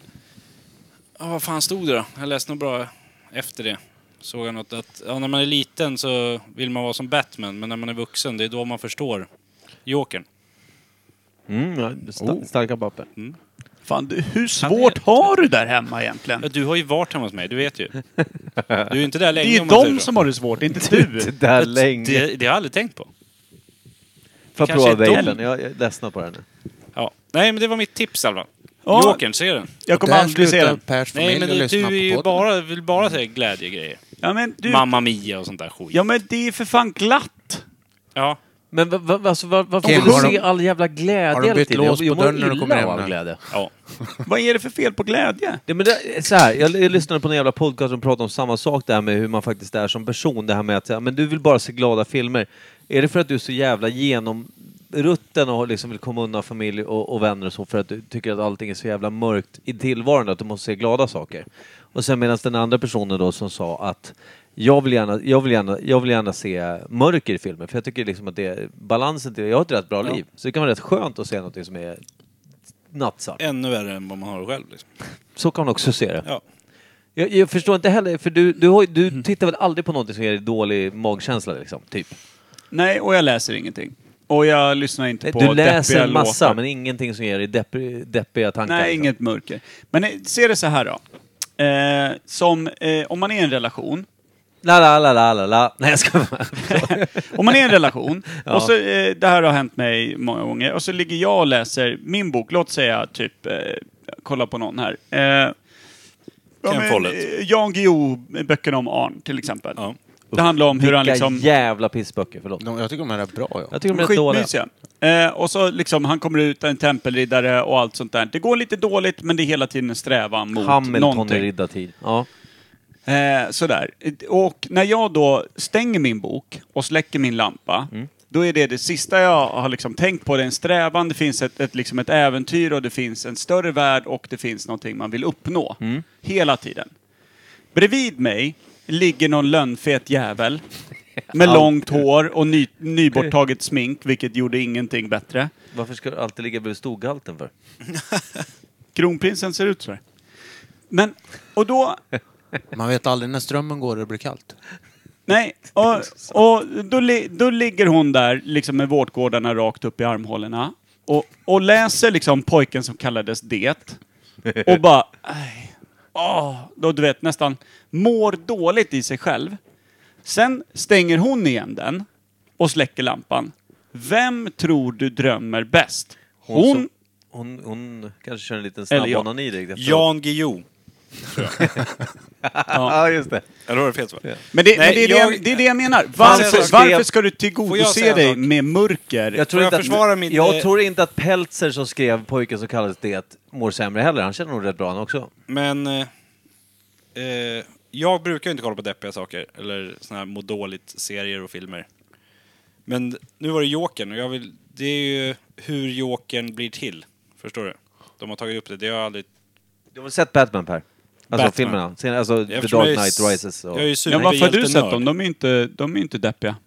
Ja, vad fan stod det då? Jag läste nog bra efter det. Såg jag något att ja, när man är liten så vill man vara som Batman, men när man är vuxen, det är då man förstår Jokern. Mm, ja, sta- Oh. starka papper. Fan, du, hur svårt har du där hemma egentligen? Ja, du har ju varit hemma hos mig, du vet ju. Du är ju inte där Det länge är ju om man säger de så. som har det svårt, inte du. Det där länge. Det, det har jag aldrig tänkt på. Får kanske prova är vapen. Jag är ledsen på den nu. Ja. Nej, men det var mitt tips i alla fall. Ja. Jokern, se den. Jag kommer Där aldrig se slutar den. Pers Nej, familj men att du, lyssna du är ju på podden. bara, vill bara säga glädjegrejer. Ja, men du... Mamma Mia och sånt där skit. Ja, men det är för fan glatt. Ja. Men va, va, alltså, va, varför Kim, vill du har de- se all jävla glädje har de hela bytt tiden? lås Jag- jag på mår dörren när du illa kommer hem av all nu? glädje. Ja. Vad är det för fel på glädje? Det, men det, så här, jag, jag lyssnade på en jävla podcast som pratade om samma sak där med hur man faktiskt är som person. Det här med att ja, men du vill bara se glada filmer. Är det för att du är så jävla genomrutten och liksom vill komma undan familj och, och vänner och så för att du tycker att allting är så jävla mörkt i tillvaron att du måste se glada saker? Och sen medan den andra personen då som sa att jag vill gärna, jag vill gärna, jag vill gärna se mörker i filmer för jag tycker liksom att det är balansen till jag har ett rätt bra Ja. liv. Så det kan vara rätt skönt att se något som är nattsvart. Ännu värre än vad man har själv. Liksom. Så kan man också se det. Ja. Jag, jag förstår inte heller, för du, du, har, du tittar väl aldrig på något som ger dig dålig magkänsla liksom, typ? Nej, och jag läser ingenting. Och jag lyssnar inte på Du läser deppiga en massa, låtar. men ingenting som ger dig depp, deppiga tankar. Nej, liksom. inget mörker. Men eh, se det så här då. Eh, som, eh, om man är i en relation. La la la la la la. Nej, jag ska bara... Om man är i en relation, Ja. och så, eh, det här har hänt mig många gånger, och så ligger jag och läser min bok, låt säga typ, eh, kolla på någon här. Eh, ja, Ken men, Follett. eh, Jan Guillou, böckerna om Arn till exempel. Ja. Det handlar om hur han Vilka liksom... jävla pissböcker, förlåt. De, jag tycker de är rätt bra. Ja. Jag tycker de är rätt dåliga. Skitmysiga. Eh, och så liksom, han kommer ut en tempelriddare och allt sånt där. Det går lite dåligt, men det är hela tiden en strävan mot Hamilton i någonting. riddartid. Ja. Eh, sådär. Och när jag då stänger min bok och släcker min lampa, Mm. då är det det sista jag har liksom tänkt på. Det är en strävan, det finns ett, ett, liksom ett äventyr och det finns en större värld och det finns någonting man vill uppnå. Mm. Hela tiden. Bredvid mig ligger någon lönnfet jävel med Alltid. långt hår och ny, nyborttaget smink, vilket gjorde ingenting bättre. Varför ska du alltid ligga bredvid stoghalten för? Kronprinsen ser ut så här. Men, och då... Man vet aldrig när strömmen går och det blir kallt. Nej, och, och då, li, då ligger hon där liksom med vårtgårdarna rakt upp i armhålorna och, och läser liksom Pojken som kallades det och bara, aj, åh, då du vet nästan mår dåligt i sig själv. Sen stänger hon igen den och släcker lampan. Vem tror du drömmer bäst? Hon, Hon, som, hon, hon kanske kör en liten Eller jag. snabb onani direkt efteråt. Jan Guillou. Ja, just det. Eller var det fel svar? men, det, men det, är det, jag- jag, det är det jag menar. jag Varför, säga en sak? varför ska du Får jag tillgodose säga en dig sak? med mörker? Jag tror, Får inte jag försvara att, min- jag tror inte att Peltzer som skrev Pojken som kallades det mår sämre heller. Han känner nog rätt bra han också. Men eh, eh, jag brukar ju inte kolla på deppiga saker eller såna här må dåligt-serier och filmer. Men nu var det Jokern och jag vill, det är ju hur Jokern blir till. Förstår du? De har tagit upp det. Det har jag aldrig... Du har väl sett Batman, Per? Alltså Batman. filmerna? Sen, alltså The Eftersom Dark jag är Knight s- Rises. Och... Jag är ju Ja, varför har du sett superhjältenörd. dem? De är ju inte, de är ju inte deppiga.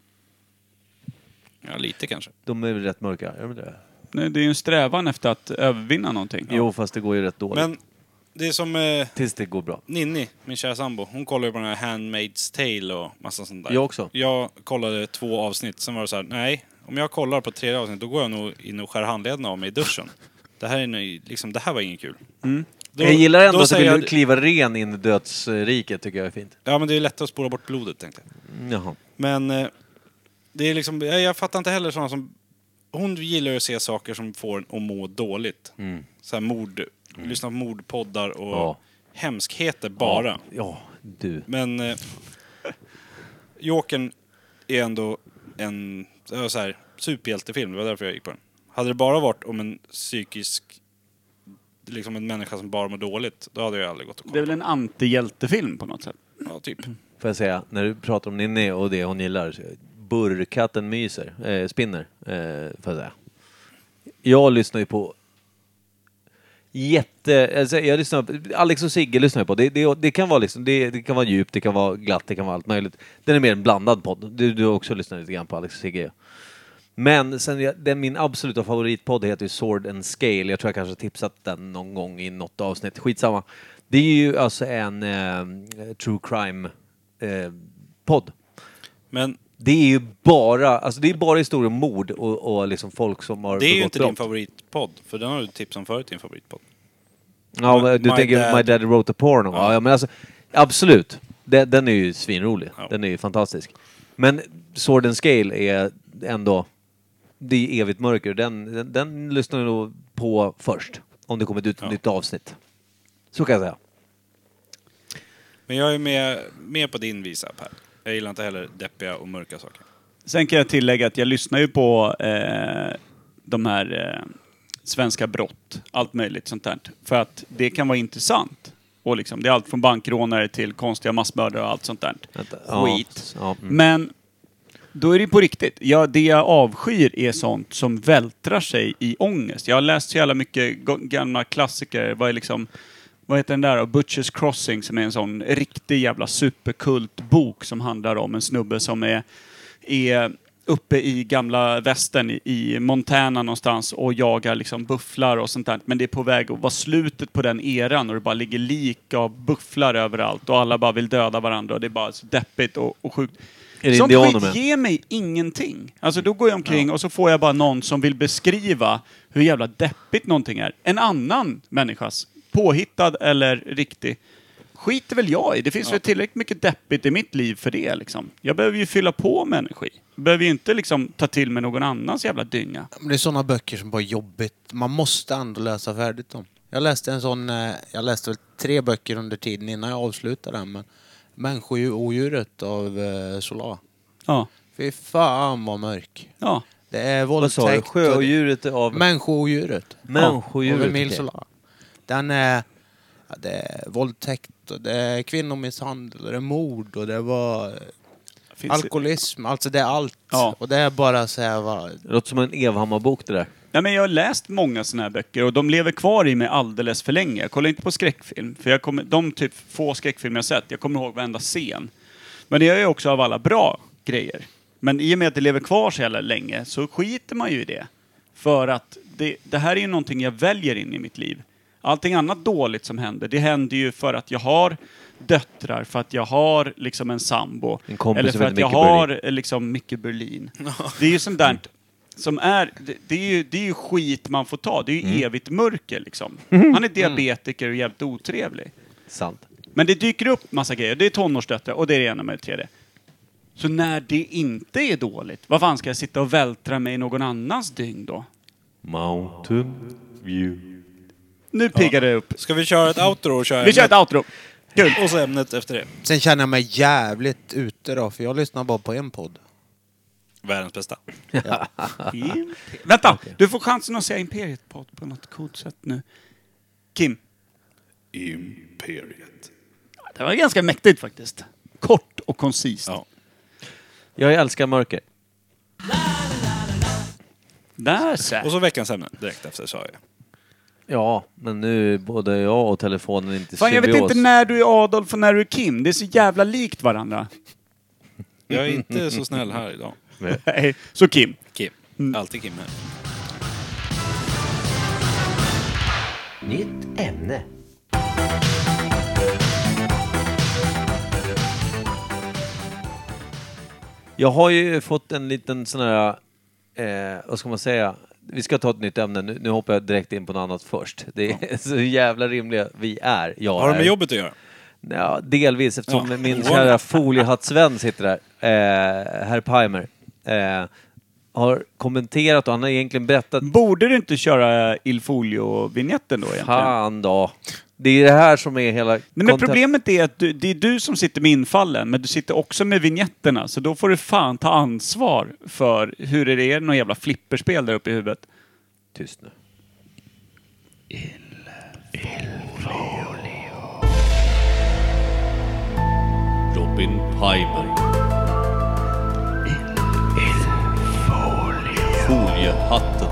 Ja, lite kanske. De är väl rätt mörka? Är de det? Nej, det är ju en strävan efter att övervinna någonting. Jo, fast det går ju rätt dåligt. Men det är som eh, Tills det går bra. Ninni, min kära sambo. Hon kollar ju på den här Handmaid's Tale och massa sånt där. Jag också. Jag kollade två avsnitt, sen var det så här: nej, om jag kollar på tredje avsnitt då går jag nog in och skär handlederna av mig i duschen. Det här är nu, liksom, det här var inget kul. Mm. Då, Jag gillar ändå då att du säger vill jag- kliva ren in i dödsriket, tycker jag är fint. Ja, men det är lättare att spola bort blodet, tänkte jag. Mm, Jaha. Men eh, det är liksom, jag, jag fattar inte heller sådana som... Hon gillar ju att se saker som får en att må dåligt. Mm. Så här mord, lyssna på mordpoddar och Ja. hemskheter bara. Ja, ja, du. Men eh, Jokern är ändå en ja, så här, superhjältefilm, det var därför jag gick på den. Hade det bara varit om en psykisk, liksom en människa som bara mår dåligt, då hade jag aldrig gått och Det är kollat. väl en antihjältefilm på något sätt. Ja, typ. Får jag säga, när du pratar om Ninni och det hon gillar, så- burrkatten myser, eh, spinner, eh, får jag säga. Jag lyssnar ju på jätte, alltså jag lyssnar på, Alex och Sigge lyssnar jag på. Det, det, det kan vara liksom, det, det kan vara djupt, det kan vara glatt, det kan vara allt möjligt. Den är mer en blandad podd. Du, du har också lyssnat lite grann på Alex och Sigge. Men sen, jag- den, min absoluta favoritpodd heter ju Sword and Scale. Jag tror jag kanske har tipsat den någon gång i något avsnitt. Skitsamma. Det är ju alltså en eh, true crime eh, podd. Men Det är ju bara, alltså det är bara historier om mord och, och liksom folk som har det är ju begått inte brott. din favoritpodd, för den har du tipsat om förut, din favoritpodd. Ja, men du My tänker Dad. My Dad Wrote a Porno. Ja, Ja. ja men alltså, absolut. Den, den är ju svinrolig. Ja. Den är ju fantastisk. Men Sword and Scale är ändå det är evigt mörker. Den, den, den lyssnar jag nog på först. Om det kommer ut ett Ja. nytt avsnitt. Så kan jag säga. Men jag är med, med på din visa, Per. Jag gillar inte heller deppiga och mörka saker. Sen kan jag tillägga att jag lyssnar ju på eh, de här eh, svenska brott, allt möjligt sånt där. För att det kan vara intressant. Och liksom, det är allt från bankrånare till konstiga massmördare och allt sånt där. Ja, Skit. ja, mm. Men då är det på riktigt. Ja, det jag avskyr är sånt som vältrar sig i ångest. Jag har läst så jävla mycket gamla klassiker. Vad är liksom... Vad heter den där då? Butcher's Crossing, som är en sån riktig jävla superkultbok som handlar om en snubbe som är, är uppe i gamla västern i, i Montana någonstans och jagar liksom bufflar och sånt där. Men det är på väg att vara slutet på den eran och det bara ligger lik av bufflar överallt och alla bara vill döda varandra och det är bara så deppigt och, och sjukt. Är det Sånt indianer skit med? ger mig ingenting. Alltså då går jag omkring och så får jag bara någon som vill beskriva hur jävla deppigt någonting är. En annan människas, påhittad eller riktig, skiter väl jag i. Det finns ja. väl tillräckligt mycket deppigt i mitt liv för det liksom. Jag behöver ju fylla på med energi. Jag behöver ju inte liksom ta till med någon annans jävla dynga. Det är sådana böcker som bara är jobbigt. Man måste ändå läsa färdigt dem. Jag läste en sån, jag läste väl tre böcker under tiden innan jag avslutade den, men Människoodjuret av eh, Solar. Ja. Fy fan vad mörk. Ja. Det är Vad sa du? våldtäkt. Sjöodjuret av... Människoodjuret. Människoodjuret, Av Emil okej. Solar. Den är... Ja, det är våldtäkt och det är kvinnomisshandel och det är mord och det var Finns alkoholism. Alltså det är allt. Ja. Och det är bara så här... Va... Det låter som en Evhammar-bok det där. Ja, men jag har läst många såna här böcker och de lever kvar i mig alldeles för länge. Jag kollar inte på skräckfilm, för jag kommer, de typ få skräckfilmer jag sett, jag kommer ihåg varenda scen. Men det är ju också av alla bra grejer. Men i och med att det lever kvar så jävla länge så skiter man ju i det. För att det, det här är ju någonting jag väljer in i mitt liv. Allting annat dåligt som händer, det händer ju för att jag har döttrar, för att jag har liksom en sambo. En kompis eller som för heter att jag Micke har Berlin. liksom Micke Berlin. Det är ju sånt där som är, det, det är ju, det är ju skit man får ta. Det är ju Mm. evigt mörker liksom. Han är diabetiker och jävligt otrevlig. Sant. Men det dyker upp massa grejer. Det är tonårsdöttrar och det är det ena med det tredje. Så när det inte är dåligt, vad fan ska jag sitta och vältra mig i någon annans dygn då? Mountain View. Nu piggar det upp. Ska vi köra ett outro och köra Vi kör ett ämnet? outro. Kul. Och så ämnet efter det. Sen känner jag mig jävligt ute då, för jag lyssnar bara på en podd. Världens bästa. Im- Vänta, du får chansen att säga Imperiet på, på något coolt sätt nu. Kim. Imperiet. Det var ganska mäktigt faktiskt. Kort och koncist. Ja. Jag älskar mörker. Där så. Och så veckans ämne direkt efter, sa jag. Ja, men nu är både jag och telefonen inte Fan, jag vet symbios. inte när du är Adolf och när du är Kim. Det är så jävla likt varandra. Jag är inte så snäll här idag. Nej, så Kim. Kim. Alltid Kim här. Nytt ämne. Jag har ju fått en liten sån här, eh, vad ska man säga? Vi ska ta ett nytt ämne. Nu, nu hoppar jag direkt in på något annat först. Det är ja. så jävla rimliga vi är. Jag Har det är. med jobbet att göra? Ja, delvis, eftersom Ja. min kära foliehattsvän sitter där, eh, herr Pimer, eh, har kommenterat och han har egentligen berättat... Borde du inte köra Il Folio-vignetten då egentligen? Fan då. Det är det här som är hela... Nej, men content- problemet är att du, det är du som sitter med infallen, men du sitter också med vignetterna. Så då får du fan ta ansvar för hur det är någon jävla flipperspel där uppe i huvudet. Tyst nu. Robin Pimer. Foliehatten.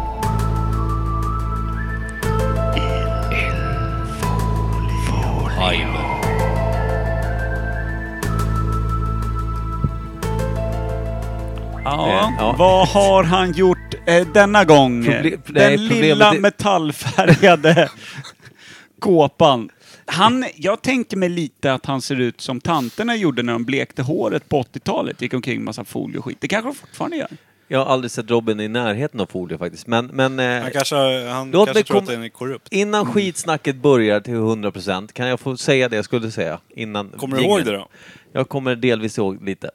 Pimer. Ja, Ja. vad har han gjort eh, denna gång? Proble- Den nej, lilla problemet är- metallfärgade kåpan. Han, jag tänker mig lite att han ser ut som tanterna gjorde när de blekte håret på åttiotalet. Gick omkring med massa folie och skit. Det kanske de fortfarande gör. Jag har aldrig sett Robin i närheten av folie faktiskt. Men, men eh, Han kanske, han Låt kanske mig tror kom- att den är korrupt. innan skitsnacket börjar till hundra procent kan jag få säga det jag skulle säga innan Kommer du ihåg det då? Jag kommer delvis ihåg lite.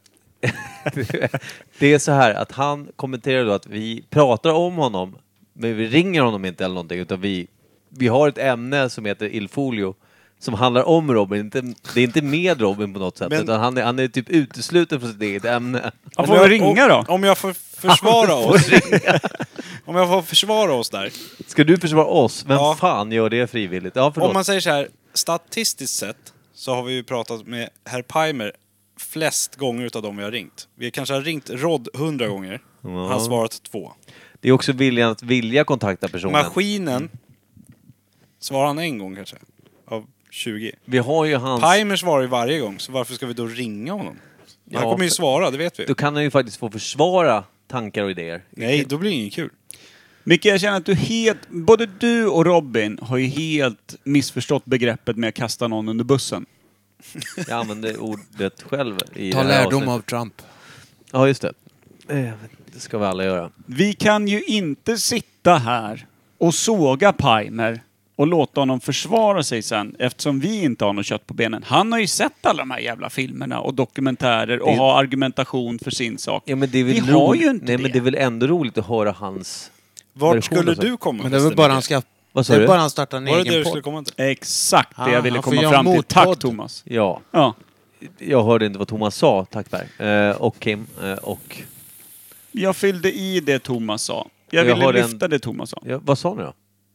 Det är så här att han kommenterar då att vi pratar om honom, men vi ringer honom inte eller någonting, utan vi, vi har ett ämne som heter Ilfolio som handlar om Robin. Inte, det är inte med Robin på något sätt, men, utan han är, han är typ utesluten från sitt eget ämne. Han får jag, ringa då? Om, om jag får försvara oss. Om jag får försvara oss där. Ska du försvara oss? Vem ja. fan gör det frivilligt? Ja, om man säger så här, statistiskt sett så har vi ju pratat med herr Pimer flest gånger utav dem vi har ringt. Vi kanske har ringt Rod hundra gånger. Ja. Han har svarat två. Det är också viljan att vilja kontakta personen. Maskinen mm. svarar han en gång kanske. Av tjugo. Vi har ju hans... Pimer svarar ju varje gång, så varför ska vi då ringa honom? Han ja, kommer ju svara, det vet vi. Då kan han ju faktiskt få försvara tankar och idéer. Nej, då blir det ingen kul. Micke, jag känner att du helt... Både du och Robin har ju helt missförstått begreppet med att kasta någon under bussen. Jag använder ordet själv i Ta lärdom av Trump. Ja, just det. Det ska vi alla göra. Vi kan ju inte sitta här och såga Pimer och låta honom försvara sig sen, eftersom vi inte har något kött på benen. Han har ju sett alla de här jävla filmerna och dokumentärer och det... har argumentation för sin sak. Ja, men det är väl vi ro... har ju inte Nej, det. men det är väl ändå roligt att höra hans... Vart skulle du komma? Men det var bara han ska... Vad sa det är du? bara han startar en var egen det podd. skulle komma till? Exakt det ah, jag ville komma fram till. Tack Thomas. Ja. ja. Jag hörde inte vad Thomas sa, tack Per. Eh, och Kim. Eh, och... Jag fyllde i det Thomas sa. Jag, jag ville lyfta en... det Thomas sa. Ja, vad sa ni då?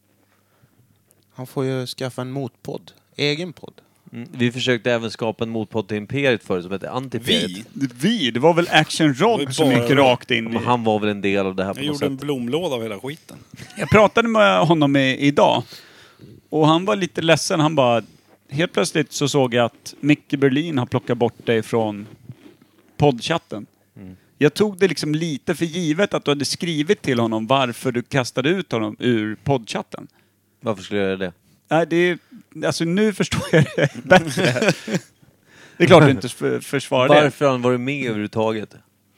Han får ju skaffa en motpodd. Egen podd. Mm. Vi försökte även skapa en motpodd till Imperiet förut som heter Antiperiet. Vi? Vi? Det var väl Action Rod som gick rakt in i... Men han var väl en del av det här på jag något sätt. Jag gjorde sätt. en blomlåda av hela skiten. Jag pratade med honom i, idag. Och han var lite ledsen. Han bara... Helt plötsligt så såg jag att Micke Berlin har plockat bort dig från poddchatten. Mm. Jag tog det liksom lite för givet att du hade skrivit till honom varför du kastade ut honom ur poddchatten. Varför skulle jag göra det? Nej, det är... Alltså nu förstår jag det bättre. Det är klart du inte försvarar det. Varför har han varit med överhuvudtaget?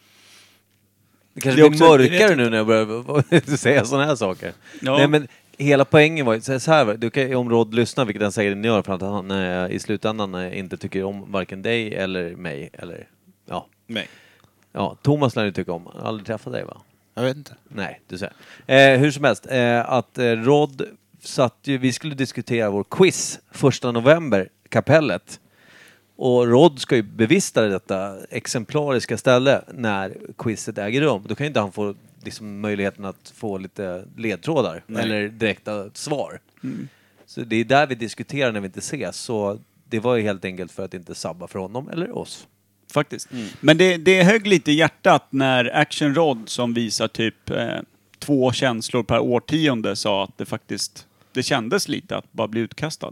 Det kanske det blir mörkare nu när jag börjar säga sådana här saker. Ja. Nej, men hela poängen var ju så här, du kan, om Rod lyssnar, vilket han säger ni gör, för att han eh, i slutändan eh, inte tycker om varken dig eller mig, eller ja. Mig. Ja, Thomas lär du tycka om. Aldrig träffat dig, va? Jag vet inte. Nej, du säger. Eh, hur som helst, eh, att eh, Rod satt ju, vi skulle diskutera vår quiz första november, kapellet. Och Rod ska ju bevista detta exemplariska ställe när quizet äger rum. Då kan ju inte han få liksom möjligheten att få lite ledtrådar. Nej. Eller direkta svar. Mm. Så det är där vi diskuterar när vi inte ses. Så det var ju helt enkelt för att inte sabba för honom eller oss. Faktiskt. Mm. Men det, det högg lite i hjärtat när Action Rod, som visar typ eh, två känslor per årtionde, sa att det faktiskt det kändes lite att bara bli utkastad.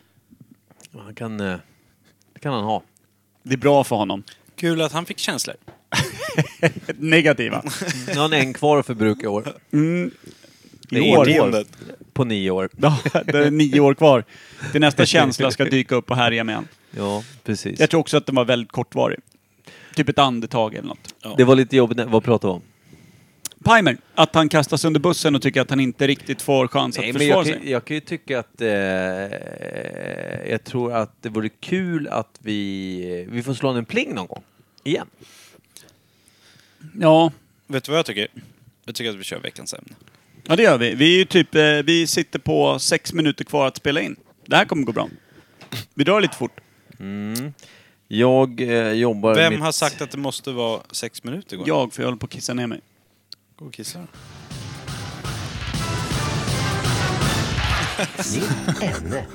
Han kan, det kan han ha. Det är bra för honom. Kul att han fick känslor. Negativa. Nu har han en kvar att förbruka år. Mm. I år. På nio år. Ja, det är nio år kvar. Till nästa känsla ska dyka upp och härja med igen. Ja, precis. Jag tror också att den var väldigt kortvarig. Typ ett andetag eller något. Ja. Det var lite jobbigt. Vad pratar vi om? Pimer, att han kastas under bussen och tycker att han inte riktigt får chans Nej, att försvara jag sig. Kan, jag kan ju tycka att eh, jag tror att det vore kul att vi vi får slå en pling någon gång. Igen. Ja. Vet du vad jag tycker? Jag tycker att vi kör veckans ämne. Ja, det gör vi. Vi är ju typ, vi sitter på sex minuter kvar att spela in. Det här kommer gå bra. Vi drar lite fort. Mm. Jag eh, jobbar... Vem mitt... har sagt att det måste vara sex minuter? Går? Jag, för jag håller på att kissa ner mig. Gå och kissa. ämne.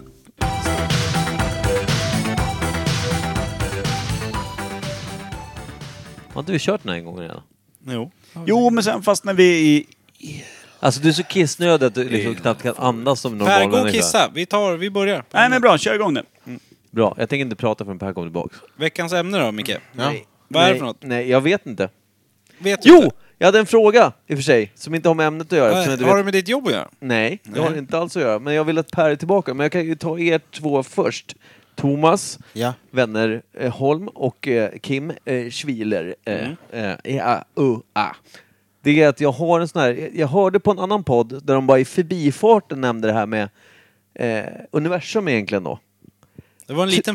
Har inte vi kört den här en gång redan? Jo. Jo, men sen fast när vi är i... Alltså du är så kissnödig att du liksom knappt kan andas som normal Per, människa. gå och kissa. Vi tar, vi börjar. Nej, men bra. Kör igång det. Mm. Bra. Jag tänker inte prata förrän Per kommer tillbaka. Veckans ämne då, Micke? Ja. Nej. Vad är det för något? Nej, jag vet inte. Vet jo! Inte? Jag hade en fråga, i och för sig, som inte har med ämnet att göra. Äh, har vet... det med ditt jobb att göra? Nej, det Nej. har inte alls att göra. Men jag vill att Per är tillbaka. Men jag kan ju ta er två först. Thomas, ja. Vänner eh, Holm och eh, Kim eh, Schwiler. Eh, mm. eh, ja, uh, ah. Det är att jag har en sån här... Jag hörde på en annan podd där de bara i förbifarten nämnde det här med eh, universum egentligen då. Det var en liten T- fråga.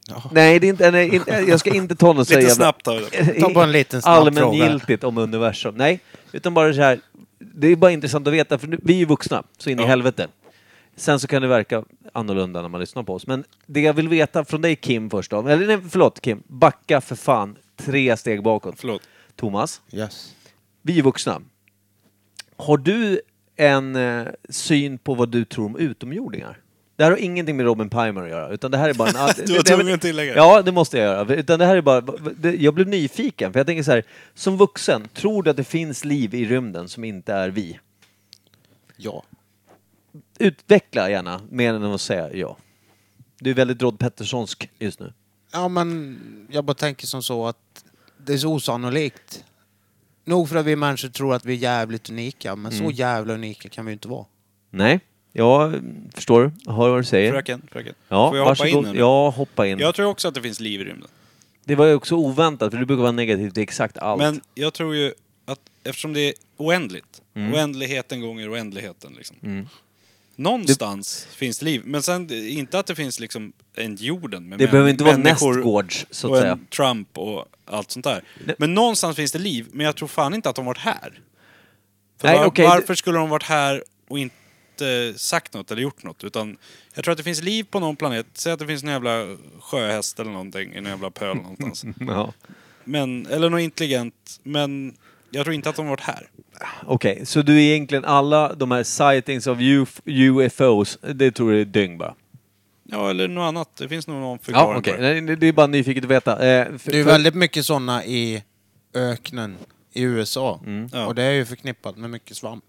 Ja. Nej, det är inte, nej, inte, jag ska inte ta något så lite jävla... snabbt ta det. Ta bara en liten snabb allmängiltigt om universum. Nej, utan bara så här. Det är bara intressant att veta, för vi är vuxna, så in i ja. helvete. Sen så kan det verka annorlunda när man lyssnar på oss. Men det jag vill veta från dig, Kim, först då. Eller nej, förlåt, Kim. Backa för fan tre steg bakåt. Förlåt. Thomas. Yes. Vi är vuxna. Har du en eh, syn på vad du tror om utomjordingar? Det här har ingenting med Robin Pimer att göra, utan det här är bara en... du har tvungen att tillägga. Ja, det måste jag göra. Utan det här är bara... Det, jag blev nyfiken, för jag tänker så här, som vuxen, tror du att det finns liv i rymden som inte är vi? Ja. Utveckla gärna, mer än att säga ja. Du är väldigt Rod Petterssonsk just nu. Ja, men jag bara tänker som så att det är så osannolikt. Nog för att vi människor tror att vi är jävligt unika, men mm. så jävla unika kan vi inte vara. Nej. Ja, förstår du? Hör vad du säger. Fröken, fröken. Ja, får jag hoppa in nu? Ja, hoppa in. Jag tror också att det finns liv i rymden. Det var ju också oväntat, för du brukar vara negativ till exakt allt. Men jag tror ju att eftersom det är oändligt, mm. oändligheten gånger oändligheten liksom. Mm. Någonstans det... finns det liv. Men sen, inte att det finns liksom en jorden med det män, behöver inte vara människor nästgårds, så att och säga. En Trump och allt sånt där. Det... Men någonstans finns det liv, men jag tror fan inte att de varit här. För Nej, var, okay. Varför skulle de varit här och inte sagt något eller gjort något? Utan jag tror att det finns liv på någon planet. Säg att det finns en jävla sjöhäst eller någonting, en jävla pöl någonstans. Ja. Men, eller något intelligent, men jag tror inte att de varit här. Okej, okay, så du är egentligen alla de här sightings of U F Os, det tror du är dyng bara? Ja, eller något annat. Det finns nog någon förklaring. Ja, okej. Okay. Det är bara nyfiket att veta. Eh, för, det är väldigt mycket sådana i öknen i U S A. Mm. Ja. Och det är ju förknippat med mycket svamp.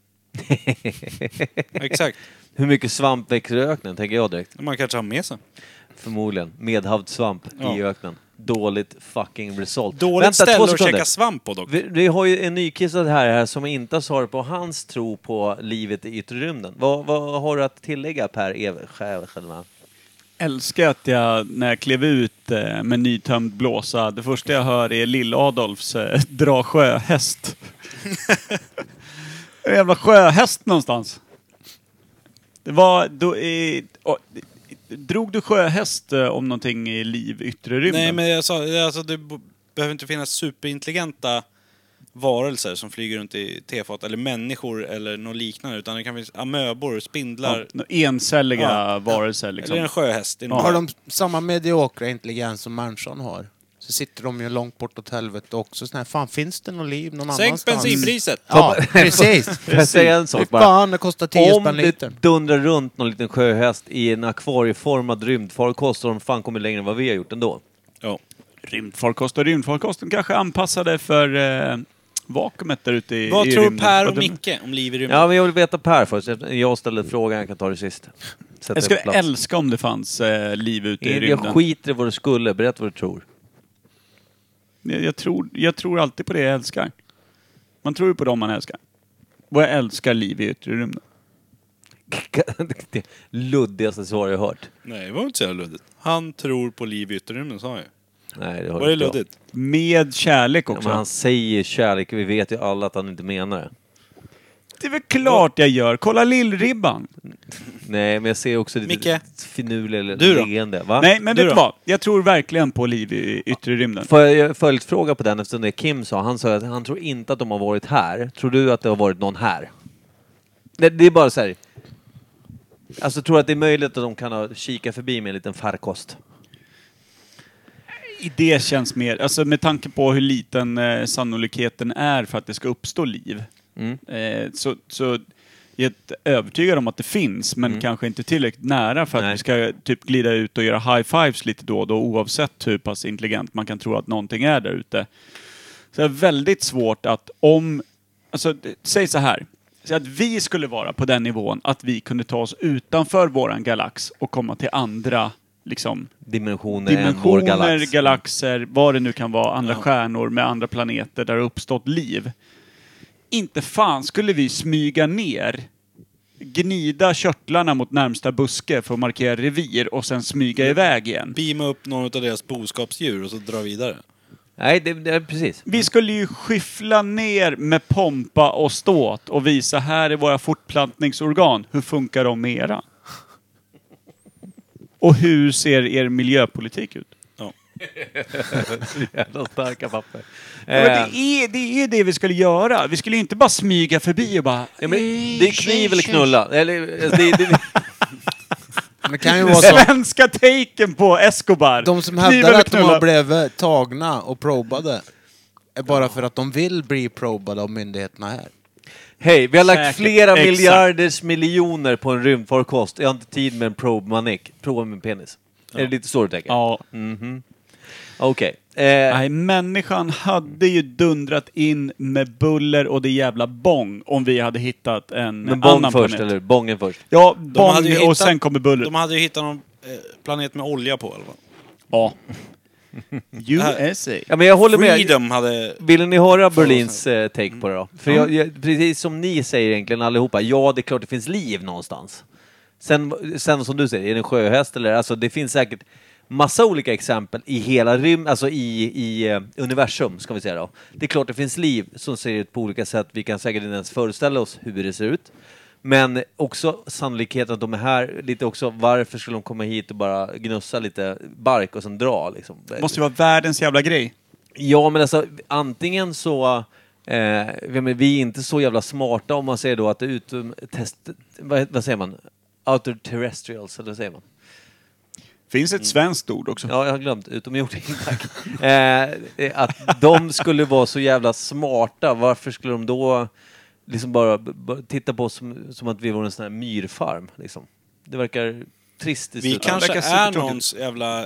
Exakt. Hur mycket svamp växer i öknen, tänker jag direkt. Man kanske har med sig. Förmodligen. Medhavdsvamp ja. i öknen. Dåligt fucking result. Dåligt Vänta, ställe att käka svamp på dock. Vi, vi har ju en nykissad här, här som inte har svar på hans tro på livet i yttre rymden. Vad, vad har du att tillägga, Per Eversjälv? Älskar att jag, när jag klev ut eh, med nytömd blåsa, det första jag hör är Lill-Adolfs eh, dra sjöhäst. En jävla sjöhäst någonstans. Det var... Då, eh, oh, drog du sjöhäst eh, om någonting i liv yttre rymden? Nej, men jag sa, alltså, det b- behöver inte finnas superintelligenta varelser som flyger runt i tefat, eller människor eller något liknande, utan det kan finnas amöbor, spindlar. Ja, encelliga ja. varelser liksom. Eller en sjöhäst. Ja. Har de samma mediokra intelligens som människan har? Så sitter de ju långt bort åt helvete också. Så här, fan, finns det någon liv någon Sänk annanstans? Sänk bensinpriset! Ja, precis. Får jag säga en sak bara? Fan, det kostar tio spänn liter. Om det dundrar runt någon liten sjöhäst i en akvarieformad rymdfarkost, och de fan kommer längre än vad vi har gjort ändå. Ja. Rymdfarkost och rymdfarkosten kanske anpassade för eh, vakuumet där ute i, vad i tror rymden. Per och Micke om liv i rymden? Ja, men jag vill veta Per först. Jag ställde frågan, jag kan ta det sist. Sätta jag skulle älska om det fanns eh, liv ute i jag rymden. Jag skiter i vad du skulle. Berätta vad du tror. Jag, jag, tror, jag tror alltid på det jag älskar. Man tror ju på dem man älskar. Och jag älskar liv i yttre rymden. Det luddigaste svar jag hört. Nej, det var inte så jävla luddigt. Han tror på liv i yttre rymden, sa jag. Nej, det har var det luddigt? Med kärlek också. Ja, men han säger kärlek. Vi vet ju alla att han inte menar det. Det är väl klart jag gör. Kolla lillribban. Nej, men jag ser också lite Micke, finurlig eller du då? leende. Va? Nej, men du vet du vad? Jag tror verkligen på liv i yttre rymden. Får jag följdfråga på den eftersom det Kim sa? Han sa att han tror inte att de har varit här. Tror du att det har varit någon här? Det, det är bara så här. Alltså, tror att det är möjligt att de kan ha kika förbi med en liten farkost? Det känns mer, alltså med tanke på hur liten eh, sannolikheten är för att det ska uppstå liv. Mm. Eh, så, så jag är övertygad om att det finns, men mm. kanske inte tillräckligt nära för att Nej. vi ska typ glida ut och göra high fives lite då och då, oavsett hur pass intelligent man kan tro att någonting är där ute. Så det är väldigt svårt att om, alltså säg så här, så att vi skulle vara på den nivån att vi kunde ta oss utanför våran galax och komma till andra liksom dimensioner, dimensioner än vår galax. galaxer, vad det nu kan vara, andra ja. stjärnor med andra planeter där det har uppstått liv. Inte fan skulle vi smyga ner, gnida körtlarna mot närmsta buske för att markera revir och sen smyga iväg igen. Beama upp någon av deras boskapsdjur och så dra vidare. Nej, det, det är precis. Vi skulle ju skyffla ner med pompa och ståt och visa här är våra fortplantningsorgan. Hur funkar de med era? Och hur ser er miljöpolitik ut? Ja. Så jävla starka papper. Ja, men det, är, det är det vi skulle göra. Vi skulle inte bara smyga förbi och bara... Ja, men det är kniv eller knulla. Eller, alltså, det, det, Det kan ju vara så. Svenska taken på Escobar. De som Kniv hävdar eller att de knulla. har blivit tagna och probade är bara för att de vill bli probade av myndigheterna här. Hej, vi har lagt Säkert. flera Exakt. miljarders miljoner på en rymdfarkost. Jag har inte tid med en probe-manik. Prova med penis. Ja. Är det lite så du tänker? Ja. Mhm. Okej. Eh, Nej, människan hade ju dundrat in med buller och det jävla bång om vi hade hittat en men bång annan först, planet. eller bången först? Ja, De bång hade ju och hittat- sen kommer buller. De hade ju hittat någon eh, planet med olja på i alla fall. Ja. U S A. Ja, men jag håller med. Freedom hade... Vill ni höra Berlins eh, take på det då? För jag, jag, precis som ni säger egentligen allihopa, ja det är klart det finns liv någonstans. Sen, sen som du säger, är det en sjöhäst eller? Alltså det finns säkert massa olika exempel i hela rym, alltså i, i eh, universum ska vi säga då. Det är klart det finns liv som ser ut på olika sätt. Vi kan säkert inte ens föreställa oss hur det ser ut. Men också sannolikheten att de är här, lite också varför skulle de komma hit och bara gnussa lite bark och sen dra liksom. Måste ju vara världens jävla grej. Ja, men alltså antingen så eh, jag menar, vi är inte så jävla smarta om man säger då att det är utom test, vad, vad säger man? Outer terrestrials, eller vad säger man? Finns ett svenskt ord också. Ja, jag har glömt. Utomjording, tack. eh, att de skulle vara så jävla smarta, varför skulle de då liksom bara, bara titta på oss som, som att vi var en sån här myrfarm liksom? Det verkar trist i Vi slutet. kanske verkar är supertråkigt. någons jävla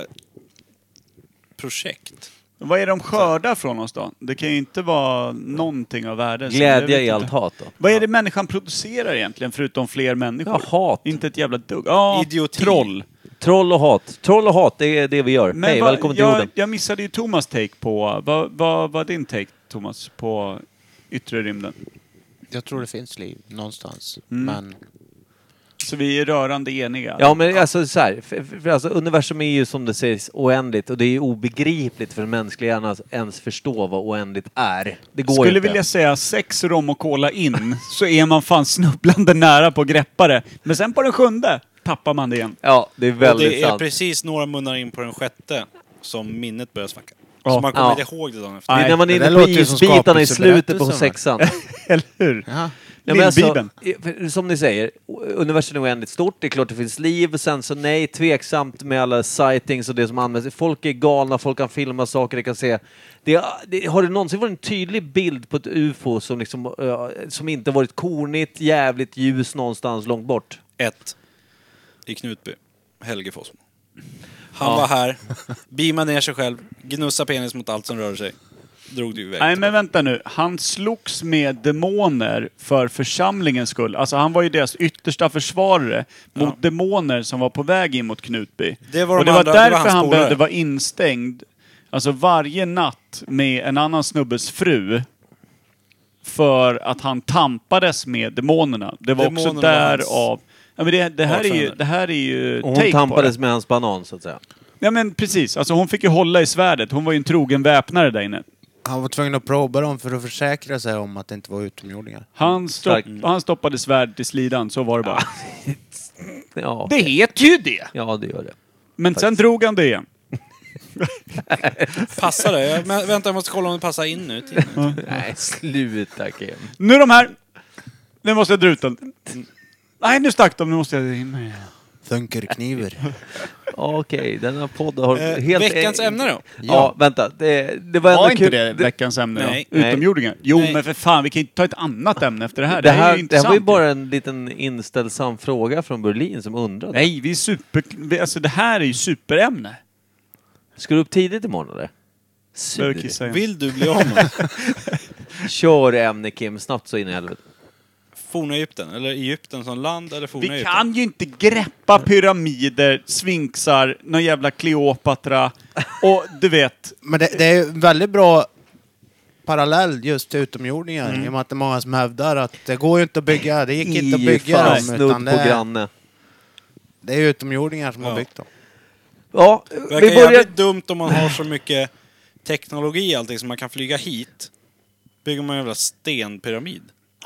projekt. Vad är de skördar från oss då? Det kan ju inte vara någonting av värde. så jag Glädje vet i inte. allt hat då. Vad är det människan producerar egentligen, förutom fler människor? Ja, hat. Inte ett jävla dugg. Ja, Idioti. troll. Troll och hat. Troll och hat, det är det vi gör. Men Hej, vad- välkommen till jag, jorden. jag missade ju Thomas take på... Vad vad var din take, Thomas, på yttre rymden? Jag tror det finns liv någonstans. Mm. Men Så vi är rörande eniga. Ja, men alltså så här, för, för, för alltså, universum är ju som det sägs oändligt och det är ju obegripligt för en mänsklig hjärna att ens förstå vad oändligt är. Det går Skulle inte. vilja säga sex rom och cola in, så är man fan snubblande nära på att greppa det. Men sen på den sjunde tappar man det igen. Ja, det är Och väldigt det är sant. precis några munnar in på den sjätte som minnet börjar svacka. Ja. Så man kommer Ja. inte ihåg det dagen efter. Det är Nej, när man är det inne där på låter ju som isbitarna i slutet på skapelseberättelsen, sexan. Eller hur? ja. Ja, men alltså, Lillbibeln. för- som ni säger, universum är oändligt stort, det är klart det finns liv, sen så nej, tveksamt med alla sightings och det som används. Folk är galna, folk kan filma saker, de kan se. Det, det, har det någonsin varit en tydlig bild på ett U F O som, liksom, uh, som inte varit kornigt, jävligt ljus någonstans långt bort? Ett. I Knutby. Helge Fossmo. Han var här, beamade ner sig själv, gnussade penis mot allt som rör sig. Drog du iväg. Nej, men vänta nu. Han slogs med demoner för församlingens skull. Alltså han var ju deras yttersta försvarare mot Ja. demoner som var på väg in mot Knutby. Det var de och det var andra- det var därför hans han polare. behövde vara instängd, alltså varje natt med en annan snubbes fru. För att han tampades med demonerna. Det var Demonerna också var hans därav... Ja, men det, det, här är ju, artfränder. det här är ju Och hon take på tampades det. med hans banan så att säga. Ja men precis, alltså hon fick ju hålla i svärdet. Hon var ju en trogen väpnare där inne. Han var tvungen att proba dem för att försäkra sig om att det inte var utomjordingar. Han, stopp, Stark. han stoppade svärdet i slidan, så var det bara. Ja, Det heter ju det! ja det gör det. Men sen drog han det igen. Passar det? Jag, men, vänta, jag måste kolla om det passar in nu. Till. Nej, sluta Kim. Nu är de här! Nu måste jag dra ut den. Nej, nu stack de. Nu måste jag in med. Thunkerkniver. Okej, denna podd har Eh, helt... veckans ämne då? Ja, vänta. Det, det var ändå Var inte kul. det veckans ämne Nej. då? Utomjordingar? Jo, Nej. men för fan, vi kan inte ta ett annat ämne efter det här. Det Det, här är här, ju det intressant. här var ju bara en liten inställsam fråga från Berlin som undrade. Nej, vi är super... vi- Alltså det här är ju superämne. Ska du upp tidigt imorgon eller? Behöver Sur. kissa igen. Vill du bli av med Kör ämne Kim, snabbt så in i helvete. forna Egypten? Eller Egypten som land eller forna Vi Egypten? kan ju inte greppa pyramider, sfinxar, någon jävla Kleopatra och du vet... Men det, det är ju en väldigt bra parallell just till utomjordingar. I och med att det är många som hävdar att det går ju inte att bygga. Det gick inte att I bygga fan dem. snudd Utan på det, är- granne. det är utomjordingar som Ja. har byggt dem. Ja, Det vi verkar börjar... jävligt dumt om man har så mycket teknologi och allting som man kan flyga hit. Bygger man en jävla stenpyramid. Ja.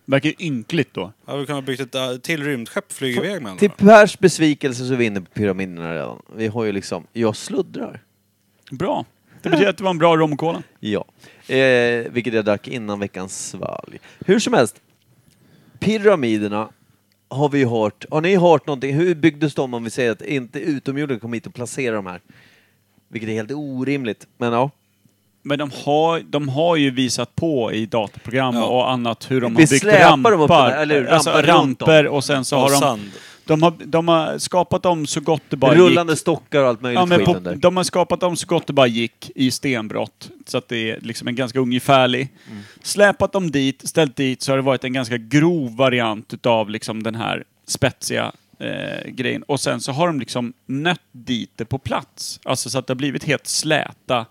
Verkar ju ynkligt då. Ja, vi kan ha byggt ett äh, till rymdskepp flyga iväg med Till Pers besvikelse så vinner på pyramiderna redan. Vi har ju liksom, jag sluddrar. Bra. Det betyder att det var en bra rom och cola. Ja, eh, vilket jag drack innan veckans svalg. Hur som helst, pyramiderna har vi hört. Har ni hört någonting? Hur byggdes de om vi säger att inte utomjordingar kom hit och placera de här? Vilket är helt orimligt, men ja. Men de har, de har ju visat på i dataprogram Ja. och annat hur de Vi har byggt släpar rampar. dem upp där, eller alltså, rampar runt ramper dem. och sen så och har de... sand. De har, de har skapat dem så gott det bara Rullande gick. stockar och allt möjligt Ja, men skit på, under. de har skapat dem så gott det bara gick i stenbrott. Så att det är liksom en ganska ungefärlig. Mm. Släpat dem dit, ställt dit, så har det varit en ganska grov variant utav liksom den här spetsiga eh, grejen. Och sen så har de liksom nött dit det på plats. Alltså så att det har blivit helt släta.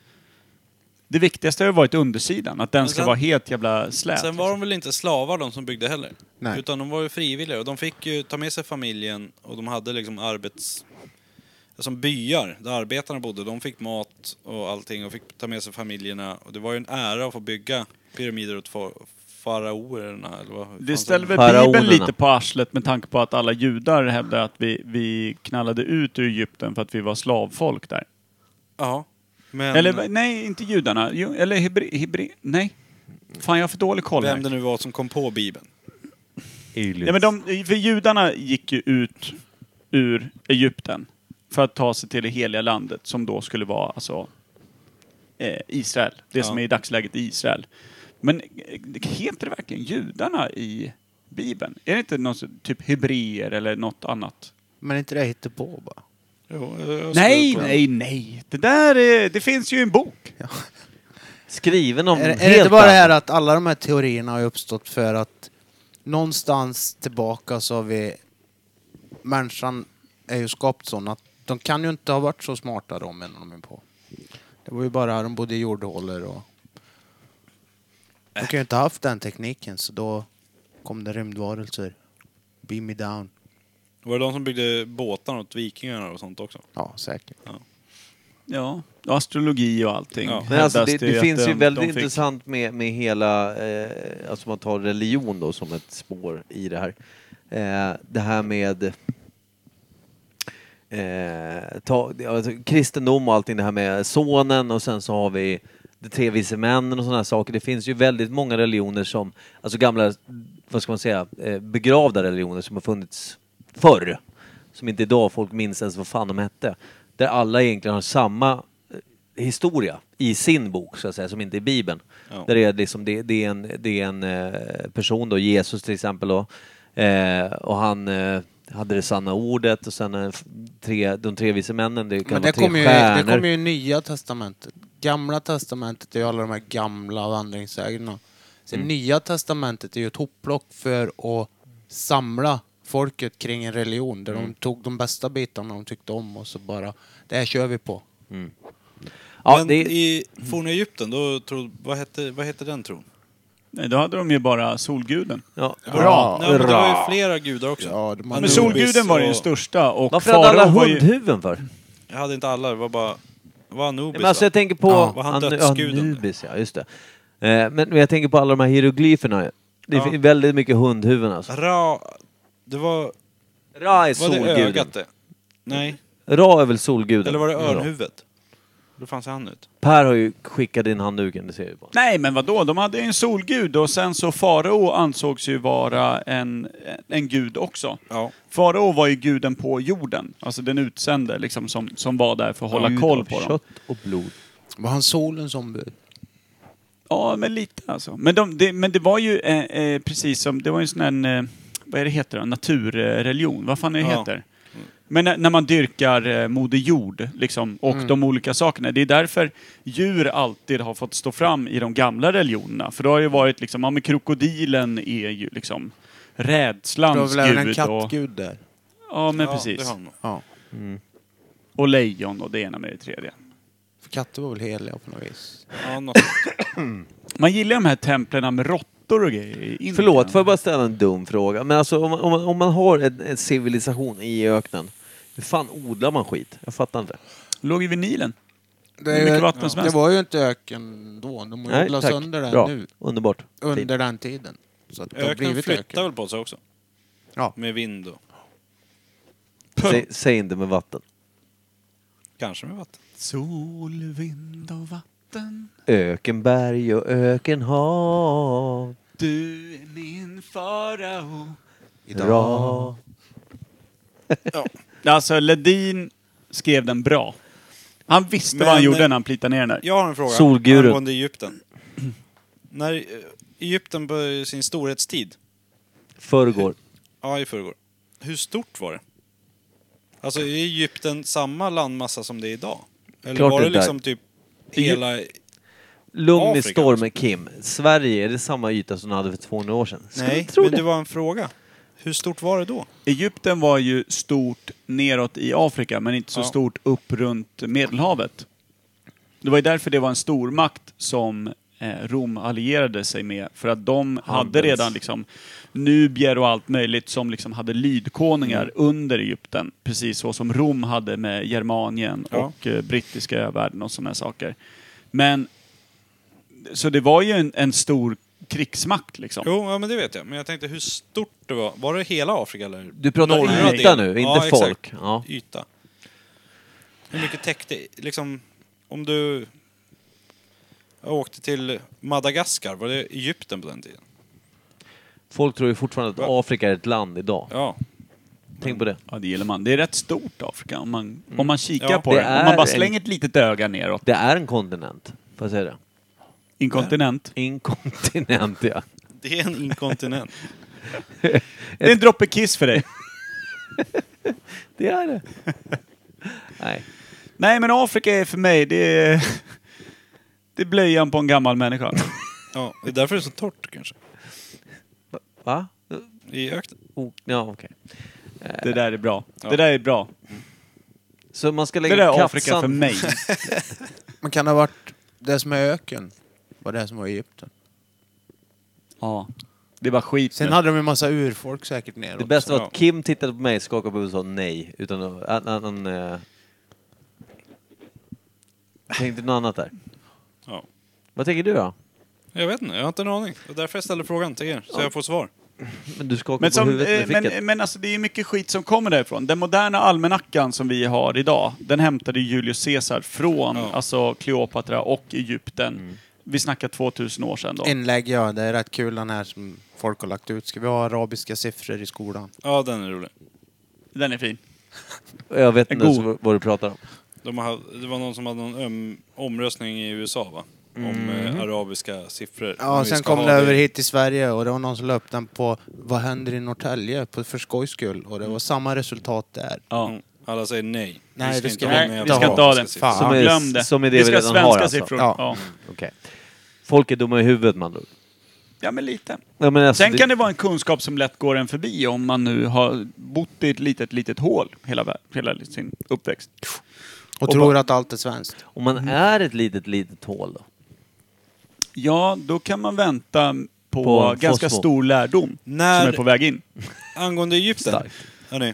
Det viktigaste har varit undersidan. Att den ska sen, vara helt jävla slät. Sen var de väl inte slavar de som byggde heller. Nej. Utan de var ju frivilliga och de fick ju ta med sig familjen och de hade liksom arbets... Som byar där arbetarna bodde. De fick mat och allting och fick ta med sig familjerna. Och det var ju en ära att få bygga pyramider åt fa- faraoerna. Eller vad Det fanns ställer väl Faraonerna. Bibeln lite på arslet med tanke på att alla judar hävdar att vi, vi knallade ut ur Egypten för att vi var slavfolk där. Ja. Men Eller nej, inte judarna. Jo, eller hebri... hebri nej. Fan, jag har för dålig koll vem här. det nu var som kom på Bibeln. Ja, men de, för judarna gick ju ut ur Egypten för att ta sig till det heliga landet som då skulle vara alltså eh, Israel. Det Ja. som är i dagsläget Israel. Men eh, heter det verkligen judarna i Bibeln? Är det inte något typ hebreer eller något annat? Men inte det hittar på bara. Jo, jag Nej, skrev på nej, nej. Det där är, det finns ju i en bok. Skriven om Är, är helt det inte bara annat. det här att alla de här teorierna har uppstått för att någonstans tillbaka så har vi... Människan är ju skapt sån att de kan ju inte ha varit så smarta de menar de är på. Det var ju bara de bodde i jordhålor och... De kan ju inte ha haft den tekniken så då kom det rymdvarelser. Beam me down. Var det de som byggde båtar åt vikingarna och sånt också? Ja, säkert. Ja, astrologi och allting. Ja. Men alltså, Hävdas det, ju det att finns ju de- väldigt de fick- intressant med, med hela, eh, alltså man tar religion då som ett spår i det här. Eh, det här med eh, ta, alltså, kristendom och allting, det här med sonen och sen så har vi de tre vise männen och sådana här saker. Det finns ju väldigt många religioner som, alltså gamla, vad ska man säga, eh, begravda religioner som har funnits förr. Som inte idag folk minns ens vad fan de hette. Där alla egentligen har samma eh, historia i sin bok så att säga, som inte är Bibeln. Ja. Där det är liksom, det, det är en, det är en eh, person då, Jesus till exempel då. Eh, och han eh, hade det sanna ordet och sen eh, tre, de tre vise männen, det kan Men vara det tre kommer ju, stjärnor. det kommer ju i Nya testamentet. Gamla testamentet är ju alla de här gamla vandringssägnerna. Sen Mm. Nya testamentet är ju ett hopplock för att samla folket kring en religion. Där Mm. de tog de bästa bitarna de tyckte om och så bara, det här kör vi på. Ja, Men det, i forna Egypten, då tro, vad, hette, vad hette den tron? Nej, då hade de ju bara solguden. ja. Bra. Nej, men det var ju flera gudar också. Ja, de hade- Men solguden var ju den och- största och Varför hade alla farao var ju... hundhuvuden för? Jag hade inte alla, det var bara... Det var Anubis, Nej, men alltså va? jag tänker på Ja, var han Anu- dödsguden? Anubis, ja just det. Eh, men, men jag tänker på alla de här hieroglyferna. Det Ja. finns väldigt mycket hundhuvuden alltså. Ra... Det var... Ra är Var det solguden. ögat det? Nej. Ra är väl solguden. Eller var det Ja. örnhuvudet? Då fanns han ut. Per har ju skickat in handduken, det ser vi på. Nej, men vadå? De hade ju en solgud och sen så farao ansågs ju vara en, en gud också. Ja. Farao var ju guden på jorden. Alltså den utsände liksom som, som var där för att hålla Gud koll av på dem. kött och blod. Var han solens ombud? Ja, men lite alltså. Men, de, det, men det var ju eh, eh, precis som, det var ju en sån här, eh, vad är det heter då? Naturreligion. Vad fan är det Ja. heter? Men när, när man dyrkar eh, Moder Jord liksom, och de olika sakerna. Det är därför djur alltid har fått stå fram i de gamla religionerna. För då har det ju varit liksom, ja men krokodilen är ju liksom Det var rädslans väl även en gud. Och, kattgud där? ja men Ja, precis. det har han nog. Ja. Och lejon och det ena med det tredje. För katter var väl heliga på något vis? Ja, något. Man gillar de här templen med råttor och grejer. i Indien. Förlåt, får jag bara ställa en dum fråga? Men alltså om man, om man, om man har en, en civilisation i öknen, hur fan odlar man skit? Jag fattar inte. Låg ju vid Nilen. Det, Hur mycket är- vatten som det helst. var ju inte öken då. De Nej, odlar tack. sönder den Bra. nu. Underbart. Under Fint. den tiden. Så att det har Öknen blivit flyttar öken. väl på sig också? Ja. Med vind och... Säg, säg inte med vatten. Kanske med vatten. Sol, vind och vatten. Ökenberg och ökenhav. Du är min farao. Idag. Ja. Alltså, Ledin skrev den bra. Han visste Men- vad han gjorde när han plitade ner den där. Jag har en fråga Solgurun. angående Egypten. När eh, Egypten på sin storhetstid, Förrgår. ja i förrgår, hur stort var det? Alltså är Egypten samma landmassa som det är idag? Eller Klart var det inte. liksom typ hela... Lugn i Afrika stormen, också. Kim. Sverige, är det samma yta som de hade för tvåhundra år sedan? Skulle Nej, du tro men det? det var en fråga. Hur stort var det då? Egypten var ju stort neråt i Afrika, men inte så Ja. stort upp runt Medelhavet. Det var ju därför det var en stormakt som eh, Rom allierade sig med. För att de hade Handels. redan liksom nubier och allt möjligt som liksom hade lydkonungar Mm. under Egypten. Precis så som Rom hade med Germanien Ja. och eh, brittiska övärlden och sådana saker. Men så det var ju en, en stor krigsmakt liksom. Jo, ja, men det vet jag. Men jag tänkte hur stort det var. Var det hela Afrika eller? Du pratar norra yta delen? nu, Ja, inte exakt. folk. Ja. Yta. Hur mycket täckte, liksom, om du jag åkte till Madagaskar, var det Egypten på den tiden? Folk tror ju fortfarande att Va? Afrika är ett land idag. Ja. Tänk på det. Ja, det gillar man. Det är rätt stort Afrika om man, om man kikar Ja. på Det det. är Om man bara en- slänger ett litet öga neråt. Det är en kontinent. Får jag säga det? Inkontinent. Inkontinent, ja. Det är en inkontinent. Det är en droppe kiss för dig. Det är det. Nej. Nej, men Afrika är för mig, det är, det är blöjan på en gammal människa. Ja, det är därför det är så torrt kanske. Va? I öknen. Oh, ja, okej. Det där är bra. Ja. Det där är bra. Så man ska Det lägga där är kattsand- Afrika för mig. Men kan det ha varit det som är öken? Var det som var Egypten? Ja. Det var skit Sen nu. hade de en massa urfolk säkert neråt. Det bästa var Ja. att Kim tittade på mig, skakade på huvudet och sa nej. Utan att han, han, han eh, tänkte något annat där. Ja. Vad tänker du då? Jag vet inte, jag har inte en aning. Det är därför jag ställer frågan till er, så jag får svar. Men du skakade Men, på som, huvudet eh, med ficket. men, men alltså det är mycket skit som kommer därifrån. Den moderna almanackan som vi har idag, den hämtade Julius Caesar från Ja. alltså Kleopatra och Egypten. Vi snackar tvåtusen år sedan då. Inlägg, ja. Det är rätt kul den här som folk har lagt ut. Ska vi ha arabiska siffror i skolan? Ja, den är rolig. Den är fin. Jag vet En inte god- ens vad- vad du pratar om. De har, det var någon som hade någon öm, omröstning i U S A, va? Om eh, arabiska siffror. Om Ja, vi sen ska kom ha det över hit till Sverige och det var någon som la upp den på Vad händer i Norrtälje? På för skojs skull. Och det var samma resultat där. Ja. Mm. Alla säger nej. Nej, det ska ha vi Nej, med vi inte ska ha. inte ha den. arabiska siffror. Fan. Som är- Glöm det. som är det vi vi ska ha redan svenska har, alltså. siffror. Ja. Ja. Okej. Folk är dumma i huvudet, man. Då. ja, men lite. Ja, men alltså, Sen kan det vara en kunskap som lätt går en förbi om man nu har bott i ett litet, litet hål hela, vä- hela sin uppväxt. Och, Och tror bara- att allt är svenskt. Om man är ett litet, litet hål då? Ja, då kan man vänta på, På en ganska fosfor. stor lärdom När- som är på väg in. Angående Egypten. Starkt. Hörrni.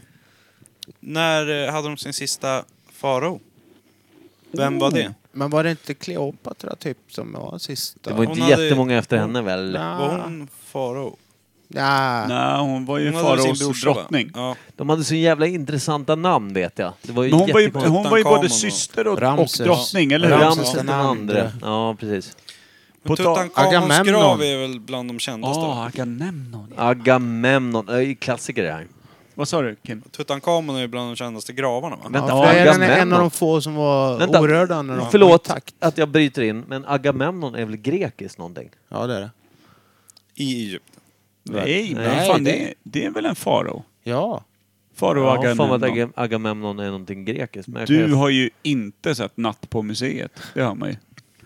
När eh, hade de sin sista farao? Vem var det? Men var det inte Kleopatra typ som var sista? Det var Hon inte hade- jättemånga efter henne väl? Ja. Var hon farao? Ja. Nej, hon var ju Hon hade sin faraos brorsa, va? drottning. Ja. De hade så jävla intressanta namn, vet jag. Det var ju Men hon, var ju, jättekonstigt. hon var ju både Tutankhamon och- syster och, och Ramses. drottning, eller hur? Ramses Ramses den den andra. andre. Ja, precis. Men På ta- Tutankhamons Agamemnon. grav är väl bland de kändaste? Ja, va? Agamemnon. Agamemnon. Det är ju klassiker det här. Vad sa du, Kim? Tutankhamon är ju bland de kändaste gravarna, va? Vänta, Ja, för det är en, en Agamemnon. av de få som var Vänta. orörda när de var Förlåt intakt. att jag bryter in, men Agamemnon är väl grekiskt någonting? Ja, det är det. I Egypten. Nej, men Nej, fan, det- det, det är väl en farao? Ja. Farao Ja, fan vad Agamemnon. att Aga- Agamemnon är någonting grekiskt. Men jag kan Du ju- har ju inte sett Natt på museet. Det har man ju.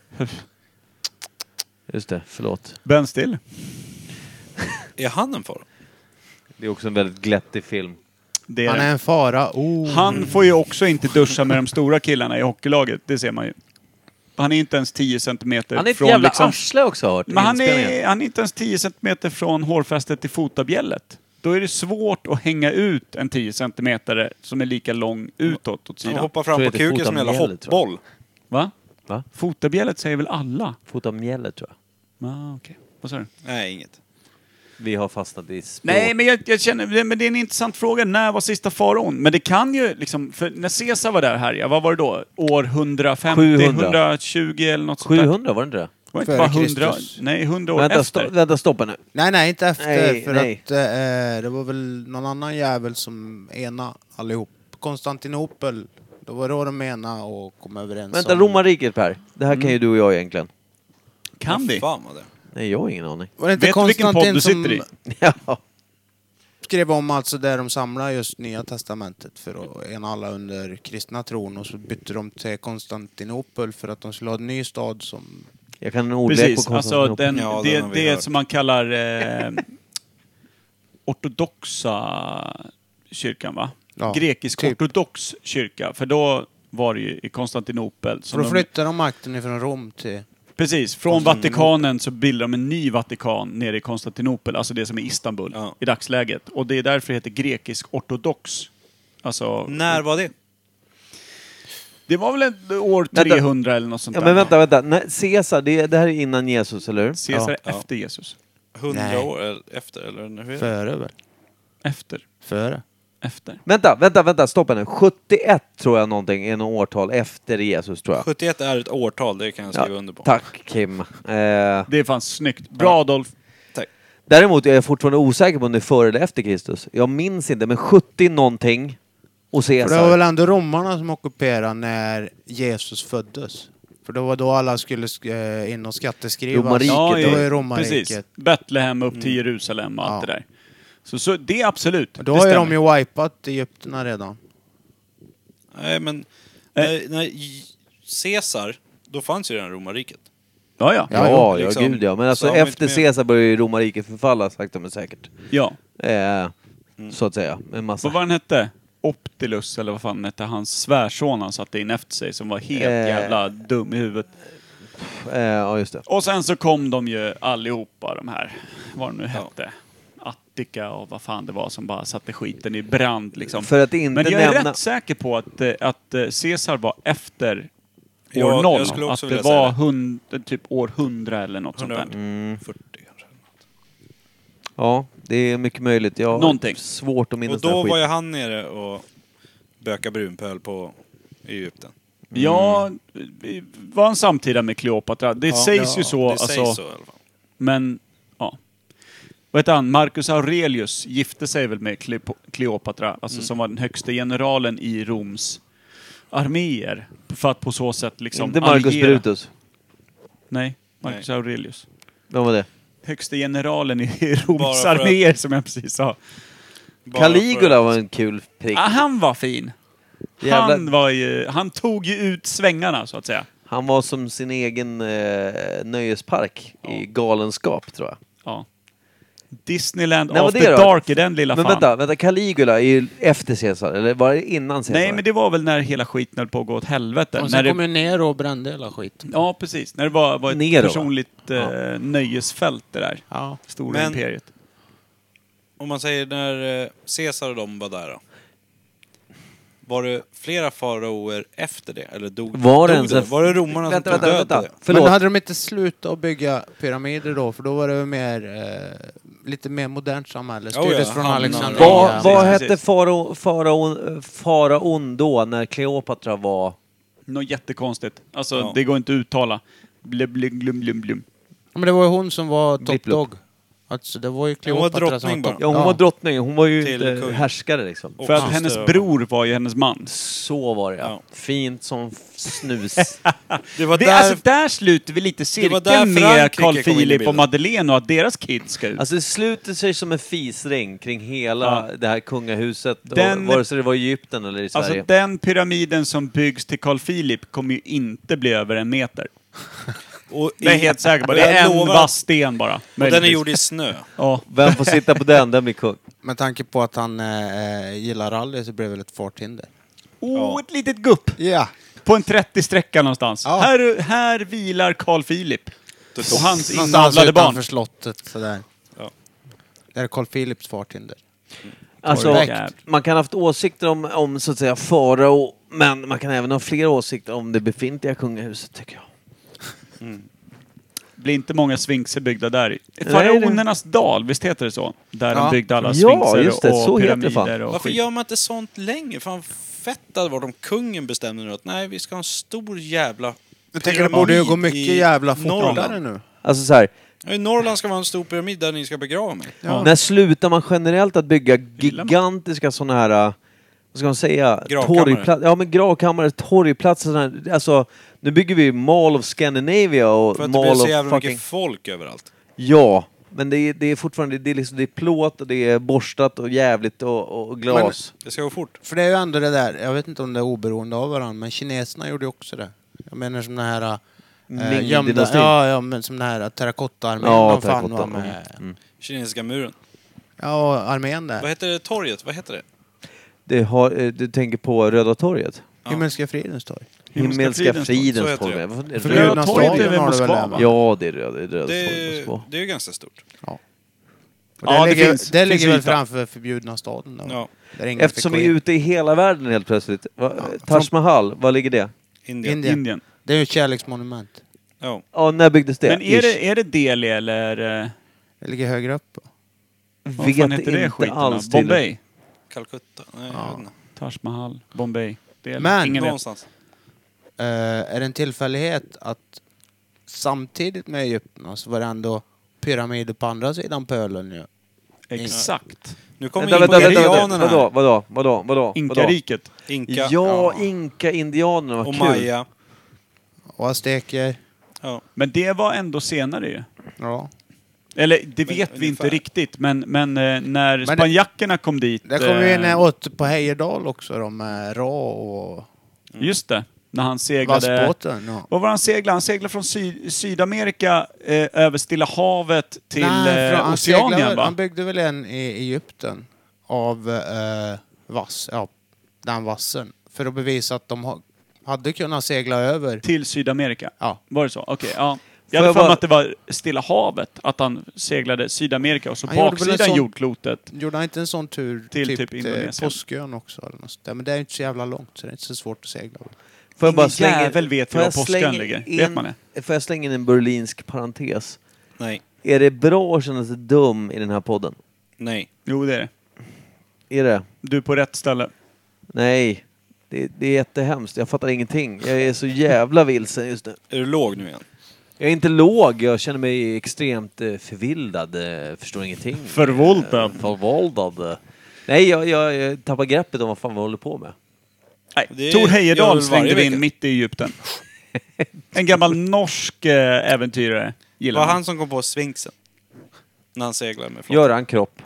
Just det, förlåt. Ben Still. Är han en farao? Det är också en väldigt glättig film. Det är Han det. är en fara. Oh. Han får ju också inte duscha med de stora killarna i hockeylaget. Det ser man ju. Han är inte ens tio centimeter Han är ett från jävla liksom... arsle också, har jag hört. i Men han inspelningen. är, han är inte ens tio centimeter från hårfästet till fotabjället. Då är det svårt att hänga ut en tio centimeter som är lika lång utåt åt Han sidan. hoppar fram Tror på jag det är kuken som en jävla fotamjället, tror jag. hoppboll. Va? Va? Fotabjället säger väl alla? Fotamjället, tror jag. Ja, okej. Vad sa du? Nej, inget. Vi har fastnat i språk. Nej, men jag, jag känner, men det är en intressant fråga. När var sista faraon? Men det kan ju liksom, för när Caesar var där här, ja, vad var det då? År hundrafemtio, sjuhundra. hundratjugo eller något sånt där. sjuhundra var det inte det? Var det inte Före bara hundra? Kristus. Nej, hundra år Vänta, efter. sto- vänta, stoppa nu. Nej, nej, inte efter. Nej, för nej. att eh, det var väl någon annan jävel som ena allihop. Konstantinopel, då var det då de ena och kom överens Vänta, om... romarriket Per. Det här kan ju du och jag egentligen. Kan vi? Fan vad det. Nej, jag har ingen aning. Var det inte Vet du vilken podd Konstantin du som sitter i? Ja. skrev om alltså där de samlar just Nya Testamentet för att ena alla under kristna tron och så bytte de till Konstantinopel för att de skulle ha en ny stad som... Jag kan en ordlek på Precis, alltså Konstantinopel. den, Ja, det, den har vi det hört. som man kallar eh, ortodoxa kyrkan, va? Ja, Grekisk typ. ortodox kyrka, för då var det ju i Konstantinopel. Så som då de, flyttade de makten ifrån Rom till... precis, från Konstantinopel. Vatikanen så bildar de en ny Vatikan nere i Konstantinopel, alltså det som är Istanbul Ja. i dagsläget. Och det är därför det heter grekisk ortodox. Alltså, När var det? det var väl ett år Vänta. trehundra eller något sånt Ja, där. men vänta, vänta. Nej, Caesar, det, det här är innan Jesus, eller hur? Caesar Ja. efter Jesus. Hundra Nej. år eller efter eller hur är det? Före väl? Efter. Före. Efter. Vänta, vänta, vänta, stoppa nu. sjuttioett tror jag någonting är något årtal efter Jesus, tror jag. sjuttioett är ett årtal, det kan jag skriva under på. Tack, Kim. Eh, Det är fan snyggt. Bra, Ja. Adolf. däremot är jag fortfarande osäker på om det är före eller efter Kristus. Jag minns inte, men sjuttio någonting och För det var Caesar. väl ändå romarna som ockuperade när Jesus föddes. För det var då alla skulle eh, in och skatteskrivas. Romarriket, Ja, det var ju i- romarriket. precis. Betlehem upp till Jerusalem och allt Ja. det där. Så, så det är absolut. Då det har ju stämmer. de ju wipat Egypterna redan. Nej men, när, när J- Caesar, då fanns ju redan romarriket. Ja, ja. Ja, Ja, ja, jo, liksom. gud ja. Men alltså Så han var efter inte med. Caesar började ju romarriket förfalla, sakta men säkert. ja. Eh, Så att säga. En massa. Vad var han hette? Optilus, eller vad fan han hette? Hans svärson han satte in efter sig som var helt Eh. jävla dum i huvudet. Eh, ja, just det. Och sen så kom de ju allihopa, de här, vad de nu hette. Attica och vad fan det var som bara satte skiten i brand liksom. För att inte Men jag är nämna... rätt säker på att, eh, att eh, Caesar var efter Ja, år jag noll. skulle också Att det vilja säga var det. hund, typ år hundra eller något sånt där. Mm. fyrtio kanske. Ja, det är mycket möjligt. Jag har Någonting. svårt att minnas Och den här då var skiten. ju han nere och böka brunpöl på Egypten. Ja, vi var han samtida med Kleopatra. Det Ja, sägs ju ja, så. Det alltså, sägs så i alla fall. Men, ja. Vad heter han? Marcus Aurelius gifte sig väl med Kleop- Kleopatra, alltså Mm. som var den högsta generalen i Roms arméer. För att på så sätt liksom Inte Marcus alliera- Brutus. Nej, Marcus Aurelius. Vem var det? Högsta generalen i Roms Bara för att- arméer, som jag precis sa. Bara Caligula för- var en kul prick. Ah, han var fin. Jävla- Han, var ju, han tog ju ut svängarna, så att säga. Han var som sin egen eh, nöjespark i galenskap, tror jag. Ja. Disneyland När var After det då? Dark i den lilla Men fan. vänta, vänta, Caligula är ju efter Caesar, eller var det innan Caesar? Nej, men det var väl när hela skiten höll på att gå åt helvete. Och när sen det, kom ju ner och brände hela skiten. ja, precis. När det var, var ett Nero, va? personligt eh, nöjesfält, det där. Ja. Stora Men- imperiet. Om man säger när eh, Caesar och de var där då. Var det flera faraoer efter det? Eller dog, Var det dog ens det? en- Var det romarna Vänta, som tog vänta, död på vänta. det? Förlåt. Men hade de inte slutat att bygga pyramider då? För då var det väl mer, eh, lite mer modernt samhälle. Oh, Styrdes ja. från Hamnar- Alexandria. Vad, vad precis, hette precis. farao, farao, faraon då, när Kleopatra var... Något jättekonstigt. Alltså, Ja. det går inte att uttala. Blum, blum, blum, blum, blum. Ja, men det var ju hon som var top Blipp, dog. Alltså, det var ju Hon var Kleopatra som drottning var bara. top. Ja, hon var drottning. Hon var ju Till inte kung. härskare liksom. Och För att syster hennes och- bror var ju hennes man. Så var det, ja. Ja. Fint som snus. Det var Det, där... alltså, där sluter vi lite var cirkeln där med Frankrike Carl kom in i Philip och bilden. Madeleine och att deras kids ska ut. Alltså det sluter sig som en fisring kring hela Ja. det här kungahuset. Den- Och vare sig det var i Egypten eller i Sverige. Alltså den pyramiden som byggs till Carl Philip kommer ju inte bli över en meter. och Det är i- helt säker på. Det Jag är en lovar- vass sten bara. Och den är möjligtvis. gjord i snö. Ja. Vem får sitta på den? Den blir kung. Med tanke på att han eh, gillar rally så blev det väl ett farthinder. Oh, ett litet gupp! Ja. På en trettio-sträcka någonstans. Ja. Här, här vilar Carl Philip. Och hans Någonstans inavlade barn. utanför slottet sådär. Ja. Det är Carl Philips farthinder. Alltså, Korrekt. man kan ha haft åsikter om, om så att säga farao, men man kan även ha fler åsikter om det befintliga kungahuset, tycker jag. blir inte många sfinxer byggda där. Faraonernas dal, visst heter det så? Där ja. de byggde alla sfinxer ja, just det. och så pyramider och Varför skit. gör man inte sånt längre? Fan fett hade varit om kungen bestämde nu att nej, vi ska ha en stor jävla Jag tänker det borde ju gå mycket jävla fortare Norrland. nu. Alltså så här, I Norrland ska vara en stor pyramid där ni ska begrava mig. ja. När slutar man generellt att bygga gigantiska såna här, vad ska man säga, torgplatser? Ja, men gravkammare, torgplatser, såna här, alltså nu bygger vi Mall of Scandinavia och För att Mall det blir så of jävla fucking... mycket folk överallt. Ja, men det är, det är fortfarande det är, liksom, det är plåt och det är borstat och jävligt och, och glas. Men det ska gå fort. För det är ju ändå det där, jag vet inte om det är oberoende av varandra, men kineserna gjorde ju också det. Jag menar som den här äh, gömda, ja, ja, men som den här terrakotta-armén. Ja, fan var med. Mm. Kinesiska muren. Ja, och armén där. Vad heter det torget? Vad heter det? Det har, du tänker på Röda torget? Ja. Himmelska fridens torg. Himmelska Så fridens heter torg. det. Vad- är För Röda Röda torget? torget är väl har det väl Moskva, där, va? Ja, det är Röda, det är Röda Det, torget i Moskva. det är ju ganska stort. Och Ja, det det ligger, finns- det finns ligger väl yta. framför förbjudna staden då. Ja. Där ingen Eftersom fick vi gå är in. ute i hela världen helt plötsligt. Va, Taj Mahal, var ligger det? Indien. Indien. Indien. Det är ju ett kärleksmonument. Ja. Ja, när byggdes det? Men är Ish. det, är det Delhi eller... eh, Det ligger högre upp. Vad Vet fan heter det inte skiten? alls då? till. Bombay? Calcutta. Nej, Ja. jag vet inte. Taj Mahal? Bombay? Det är Men- ingen vet. Någonstans. Uh, är det en tillfällighet att samtidigt med Egypten så var det ändå pyramider på andra sidan pölen ju. Exakt. Nu kommer Vänta, vänta, vänta, vänta. indianerna här. Vadå, vadå, vadå, vadå? Inka-riket. Inka. Ja, Ja. Inka-indianerna, vad Och kul. Maya. Och azteker. Ja. Men det var ändå senare ju. Ja. Eller det Men vet vi inte ungefär. riktigt, men, men eh, när det- spanjackerna kom dit... Det kom ju in eh, åt på Heyerdahl också då med Ra och Just det, när han seglade... vassbåten. Ja. Vad var han seglade? Han seglade från Syd- Sydamerika eh, över Stilla havet till Nej, eh, han, Oceanien, seglade, va? han byggde väl en i Egypten av eh, vass, ja, den vassen. För att bevisa att de ha, hade kunnat segla över. Till Sydamerika? Ja. Var det så? Okej, ja. Får Jag hade jag för mig bara- att det var Stilla havet, att han seglade Sydamerika och så Han gjorde väl en baksidan sån- jordklotet. Gjorde han inte en sån tur Till typ, typ till Indonesien. Påskön också? Eller något sånt där. Men det är inte så jävla långt så det är inte så svårt att segla. Får jag bara Ingen slänga... jävel vet får ju jag var Påskön slänga ligger. in- Vet man det? Får jag slänga in en berlinsk parentes? Nej. Är det bra att känna sig dum i den här podden? Nej. Jo, det är det. Är det? Du är på rätt ställe. Nej. Det, det är jättehemskt. Jag fattar ingenting. Jag är så jävla vilsen just nu. Är du låg nu igen? Jag är inte låg. Jag känner mig extremt eh, förvildad. Eh, förstår ingenting. Förvåldad. Eh, förvåldad. Nej, jag, jag, jag tappar greppet om vad fan vi håller på med. Nej, Det Tor gör Heyerdahl du svängde varje vi in vecka. mitt i Egypten. En gammal norsk eh, äventyrare. Det Gillar var man. han som kom på svinksen. När han seglade med flottan. Göran Kropp.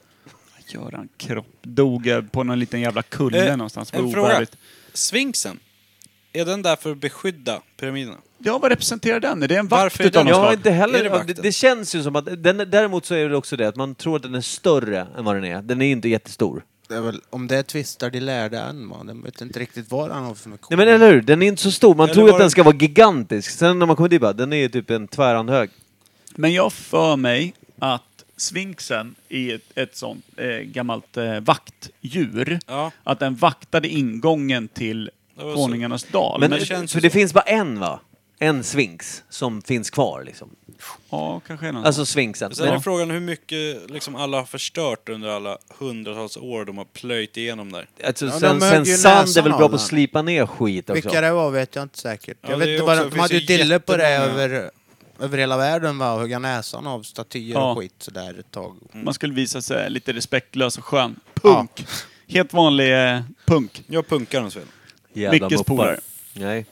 Göran Kropp dog eh, på någon liten jävla kulle Eh, någonstans. en Vad fråga. ovärdigt. Svinksen. Är den där för att beskydda pyramiderna? Ja, vad representerar den? Är det en vakt Varför är utav den- något Jag har slag? inte Är det heller... Det, vakten? det känns ju som att... Den, däremot så är det också det att man tror att den är större än vad den är. Den är ju inte jättestor. Det är väl, om det tvistar de lärde än, man. De vet inte riktigt vad han har för funktion. Nej men eller hur? Den är inte så stor. Man Eller tror var att den det- ska vara gigantisk. Sen när man kommer dit bara, den är ju typ en tvärhand hög. Men jag för mig att sfinksen är ett, ett sånt eh, gammalt eh, vaktdjur. Ja. Att den vaktade ingången till Det var så. Konungarnas dal. Men, det känns för ju det så. finns bara en va? En sfinx som finns kvar liksom. Ja, kanske är någon. Alltså sfinxen. Sen är Men, frågan hur mycket liksom alla har förstört under alla hundratals år de har plöjt igenom där. alltså, Ja, sen de högg sen ju sand är näsan väl av bra på den. att slipa ner skit också. Vilka det var vet jag inte säkert. Ja, jag det vet är inte vad också- de, de finns hade ju ju dille på det jättemånga. över, över hela världen va? Och hugga näsan av statyer Ja. och skit sådär ett tag. Man skulle visa sig lite respektlös och skön. Punk. Helt vanlig eh, punk. Jag punkar den, Sven. Jävla Mickes muppar. polare. Nej.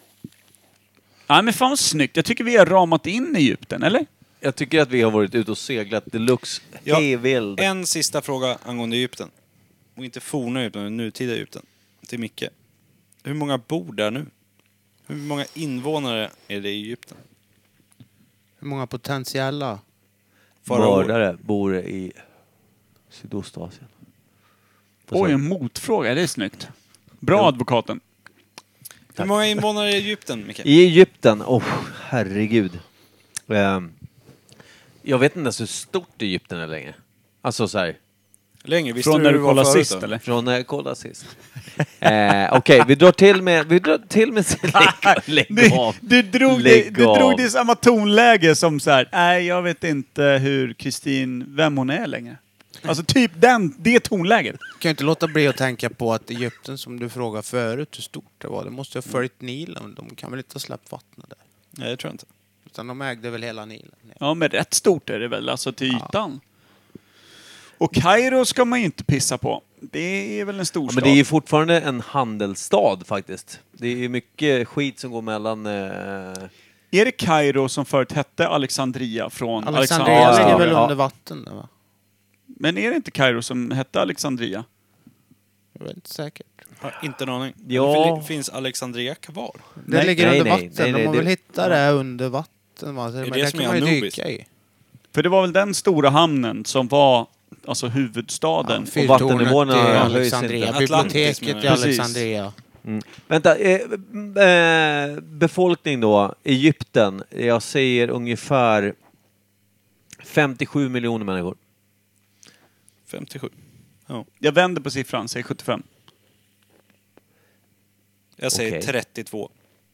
Ja, men fan vad snyggt. Jag tycker vi har ramat in Egypten, eller? Jag tycker att vi har varit ute och seglat deluxe. Ja, Hej vild. En sista fråga angående Egypten. Och inte forna Egypten, utan nutida Egypten. Till Micke. Hur många bor där nu? Hur många invånare är det i Egypten? Hur många potentiella? Faraor. Mördare bor i Sydostasien. Vad sa Oj, du? en motfråga. Det är snyggt. Bra, Ja. advokaten. Hur många invånare är i Egypten, Micke? I Egypten, åh oh, herregud. Ehm, jag vet inte ens hur stort Egypten är längre. Alltså så här. Länge, visste Från du när hur du det var kollade förut sist, då? eller? Från när jag kollade sist. eh, Okej, okay, vi drar till med... Vi drar till med... Lägg, lägg av. Du, du, drog Lägg det, du av. drog det i samma tonläge som så här. Nej, jag vet inte hur Kristin, vem hon är längre. Alltså typ den, det tonläget. Jag kan ju inte låta bli att tänka på att Egypten, som du frågade förut, hur stort det var. Det måste ha följt Nilen. De kan väl inte ha släppt vattnet där? Nej, det tror jag inte. Utan de ägde väl hela Nilen. Ja, men rätt stort är det väl, alltså till ytan. Och Kairo ska man ju inte pissa på. Det är väl en stor Ja, stad. men det är ju fortfarande en handelsstad faktiskt. Det är ju mycket skit som går mellan... Eh... Är det Kairo som förut hette Alexandria från Alexandria Alexandria? ligger ja, väl ja. under vatten där, va? Men är det inte Kairo som hette Alexandria? Jag vet inte säkert. Har inte en aning. Ja. Det finns Alexandria kvar. Det Nej, ligger nej, under nej, vatten. nej, nej, de har det- väl hittat det under vatten, va? Så det men det där som kan är man ju Anubis? dyka i. För det var väl den stora hamnen som var alltså huvudstaden. Ja, och vattennivåerna fyrtornet i höjs Alexandria. inte. Atlantis, Biblioteket menar i jag. Precis. Alexandria. Mm. Vänta, eh, eh, befolkning då, Egypten. Jag säger ungefär femtiosju miljoner människor. femtiosju. Jag vänder på siffran, säg sjuttiofem. Jag säger Okej. trettiotvå.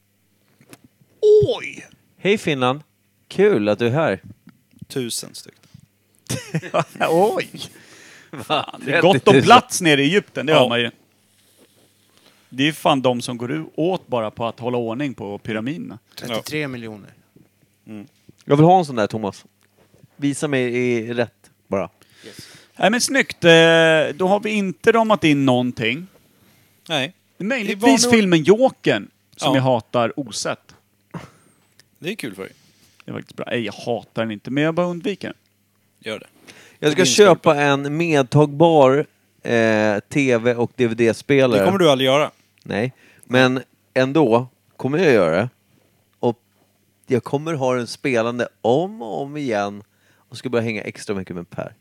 Oj! Hej Finland, kul att du är här. Tusen stycken. Oj! Fan, det är gott om plats nere i Egypten, det Ja. har man ju. Det är fan de som går ut åt bara på att hålla ordning på pyramiderna. trettiotre miljoner. Jag vill ha en sån där, Thomas. Visa mig i rätt, bara. Nej men snyggt, eh, då har vi inte ramat in någonting. Nej, Möjligtvis I vanlig- filmen Jokern, som Ja. jag hatar osett. det är kul för dig. Det är faktiskt bra. Nej, jag hatar den inte, men jag bara undviker den. Gör det. Jag ska Din köpa en medtagbar eh, tv och D V D-spelare. Det kommer du aldrig göra. Nej, men ändå kommer jag göra det. Och jag kommer ha den spelande om och om igen och ska börja hänga extra mycket med Per.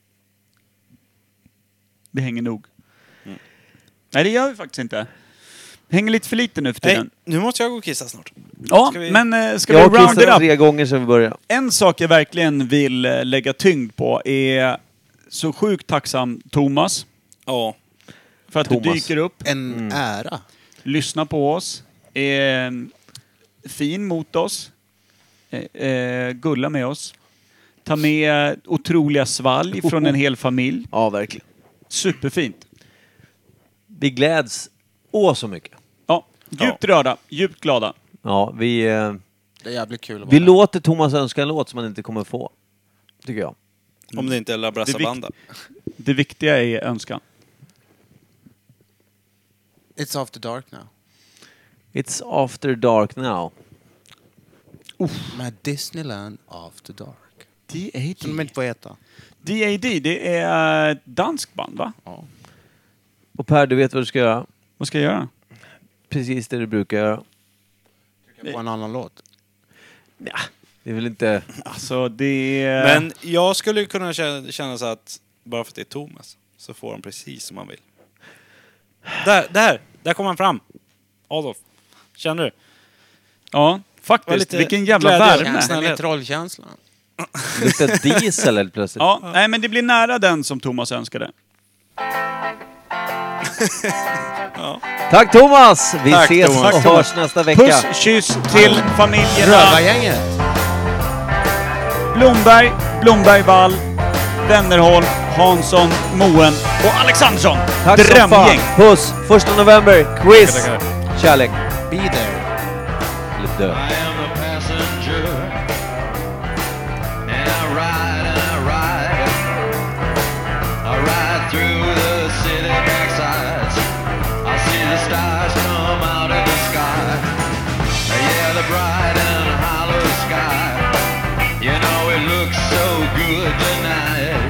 Det hänger nog. Nej, det gör vi faktiskt inte. Det hänger lite för lite nu för Nej, tiden. nu måste jag gå och kissa snart. Ja, Ska vi- men eh, ska Jag vi har round it kissat up? tre gånger sedan vi började. En sak jag verkligen vill eh, lägga tyngd på är så sjukt tacksam Thomas Ja. för att Thomas. du dyker upp, En ära. lyssnar på oss, är eh, fin mot oss, eh, eh, gullar med oss, tar med otroliga svalg från en hel familj. Ja, verkligen. Superfint. Vi gläds å så mycket. Ja, djupt rörda, djupt glada. Ja, vi, eh, Det är jävligt kul att vara vi här. låter Thomas önska en låt som han inte kommer få. Tycker jag. Om det inte är La Brassa Det är Banda. Det viktiga är önskan. It's after dark now. It's after dark now. Med Disneyland after dark. D A Som de D. inte får heta. D A D, det är ett danskt band, va? Ja. Och Per, du vet vad du ska göra? Vad ska jag göra? Precis det du brukar göra. På en annan låt. Ja, det är väl inte... Alltså, det... Men jag skulle kunna känna, känna så att bara för att det är Thomas så får han precis som han vill. Där, där! Där kom han fram. Adolf. Känner du? Ja, Var faktiskt. lite Vilken jävla glädje. värme. Känsla. Känslan är trollkänslan. Lite diesel helt plötsligt. Ja, nej men det blir nära den som Thomas önskade. Tack Thomas! Vi Tack, ses Thomas. och hörs nästa vecka. Puss, kyss till familjerna Rövargänget! Blomberg, Blomberg Wall, Wennerholm, Hansson, Moen och Alexandersson. Tack så fan. Drömgäng. Puss! Första november, quiz! Tackar, tackar. Kärlek. Be there. Eller dö. I am a passenger, and I ride and I ride. I ride through the city backsides. I see the stars come out of the sky. Yeah, the bright and hollow sky. You know it looks so good tonight.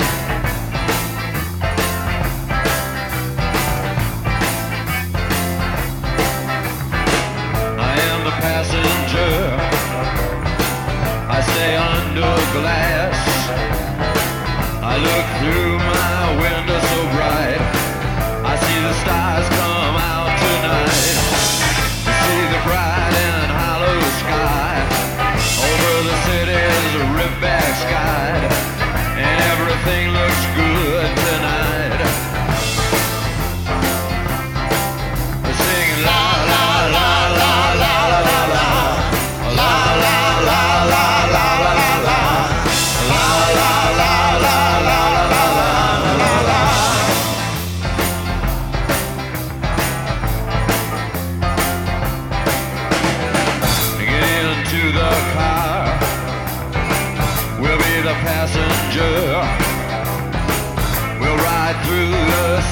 I am the passenger. I stay under glass. I look through my window so bright. I see the stars come out tonight. I see the bright and hollow sky. Over the city's ripped back sky. And everything looks good tonight.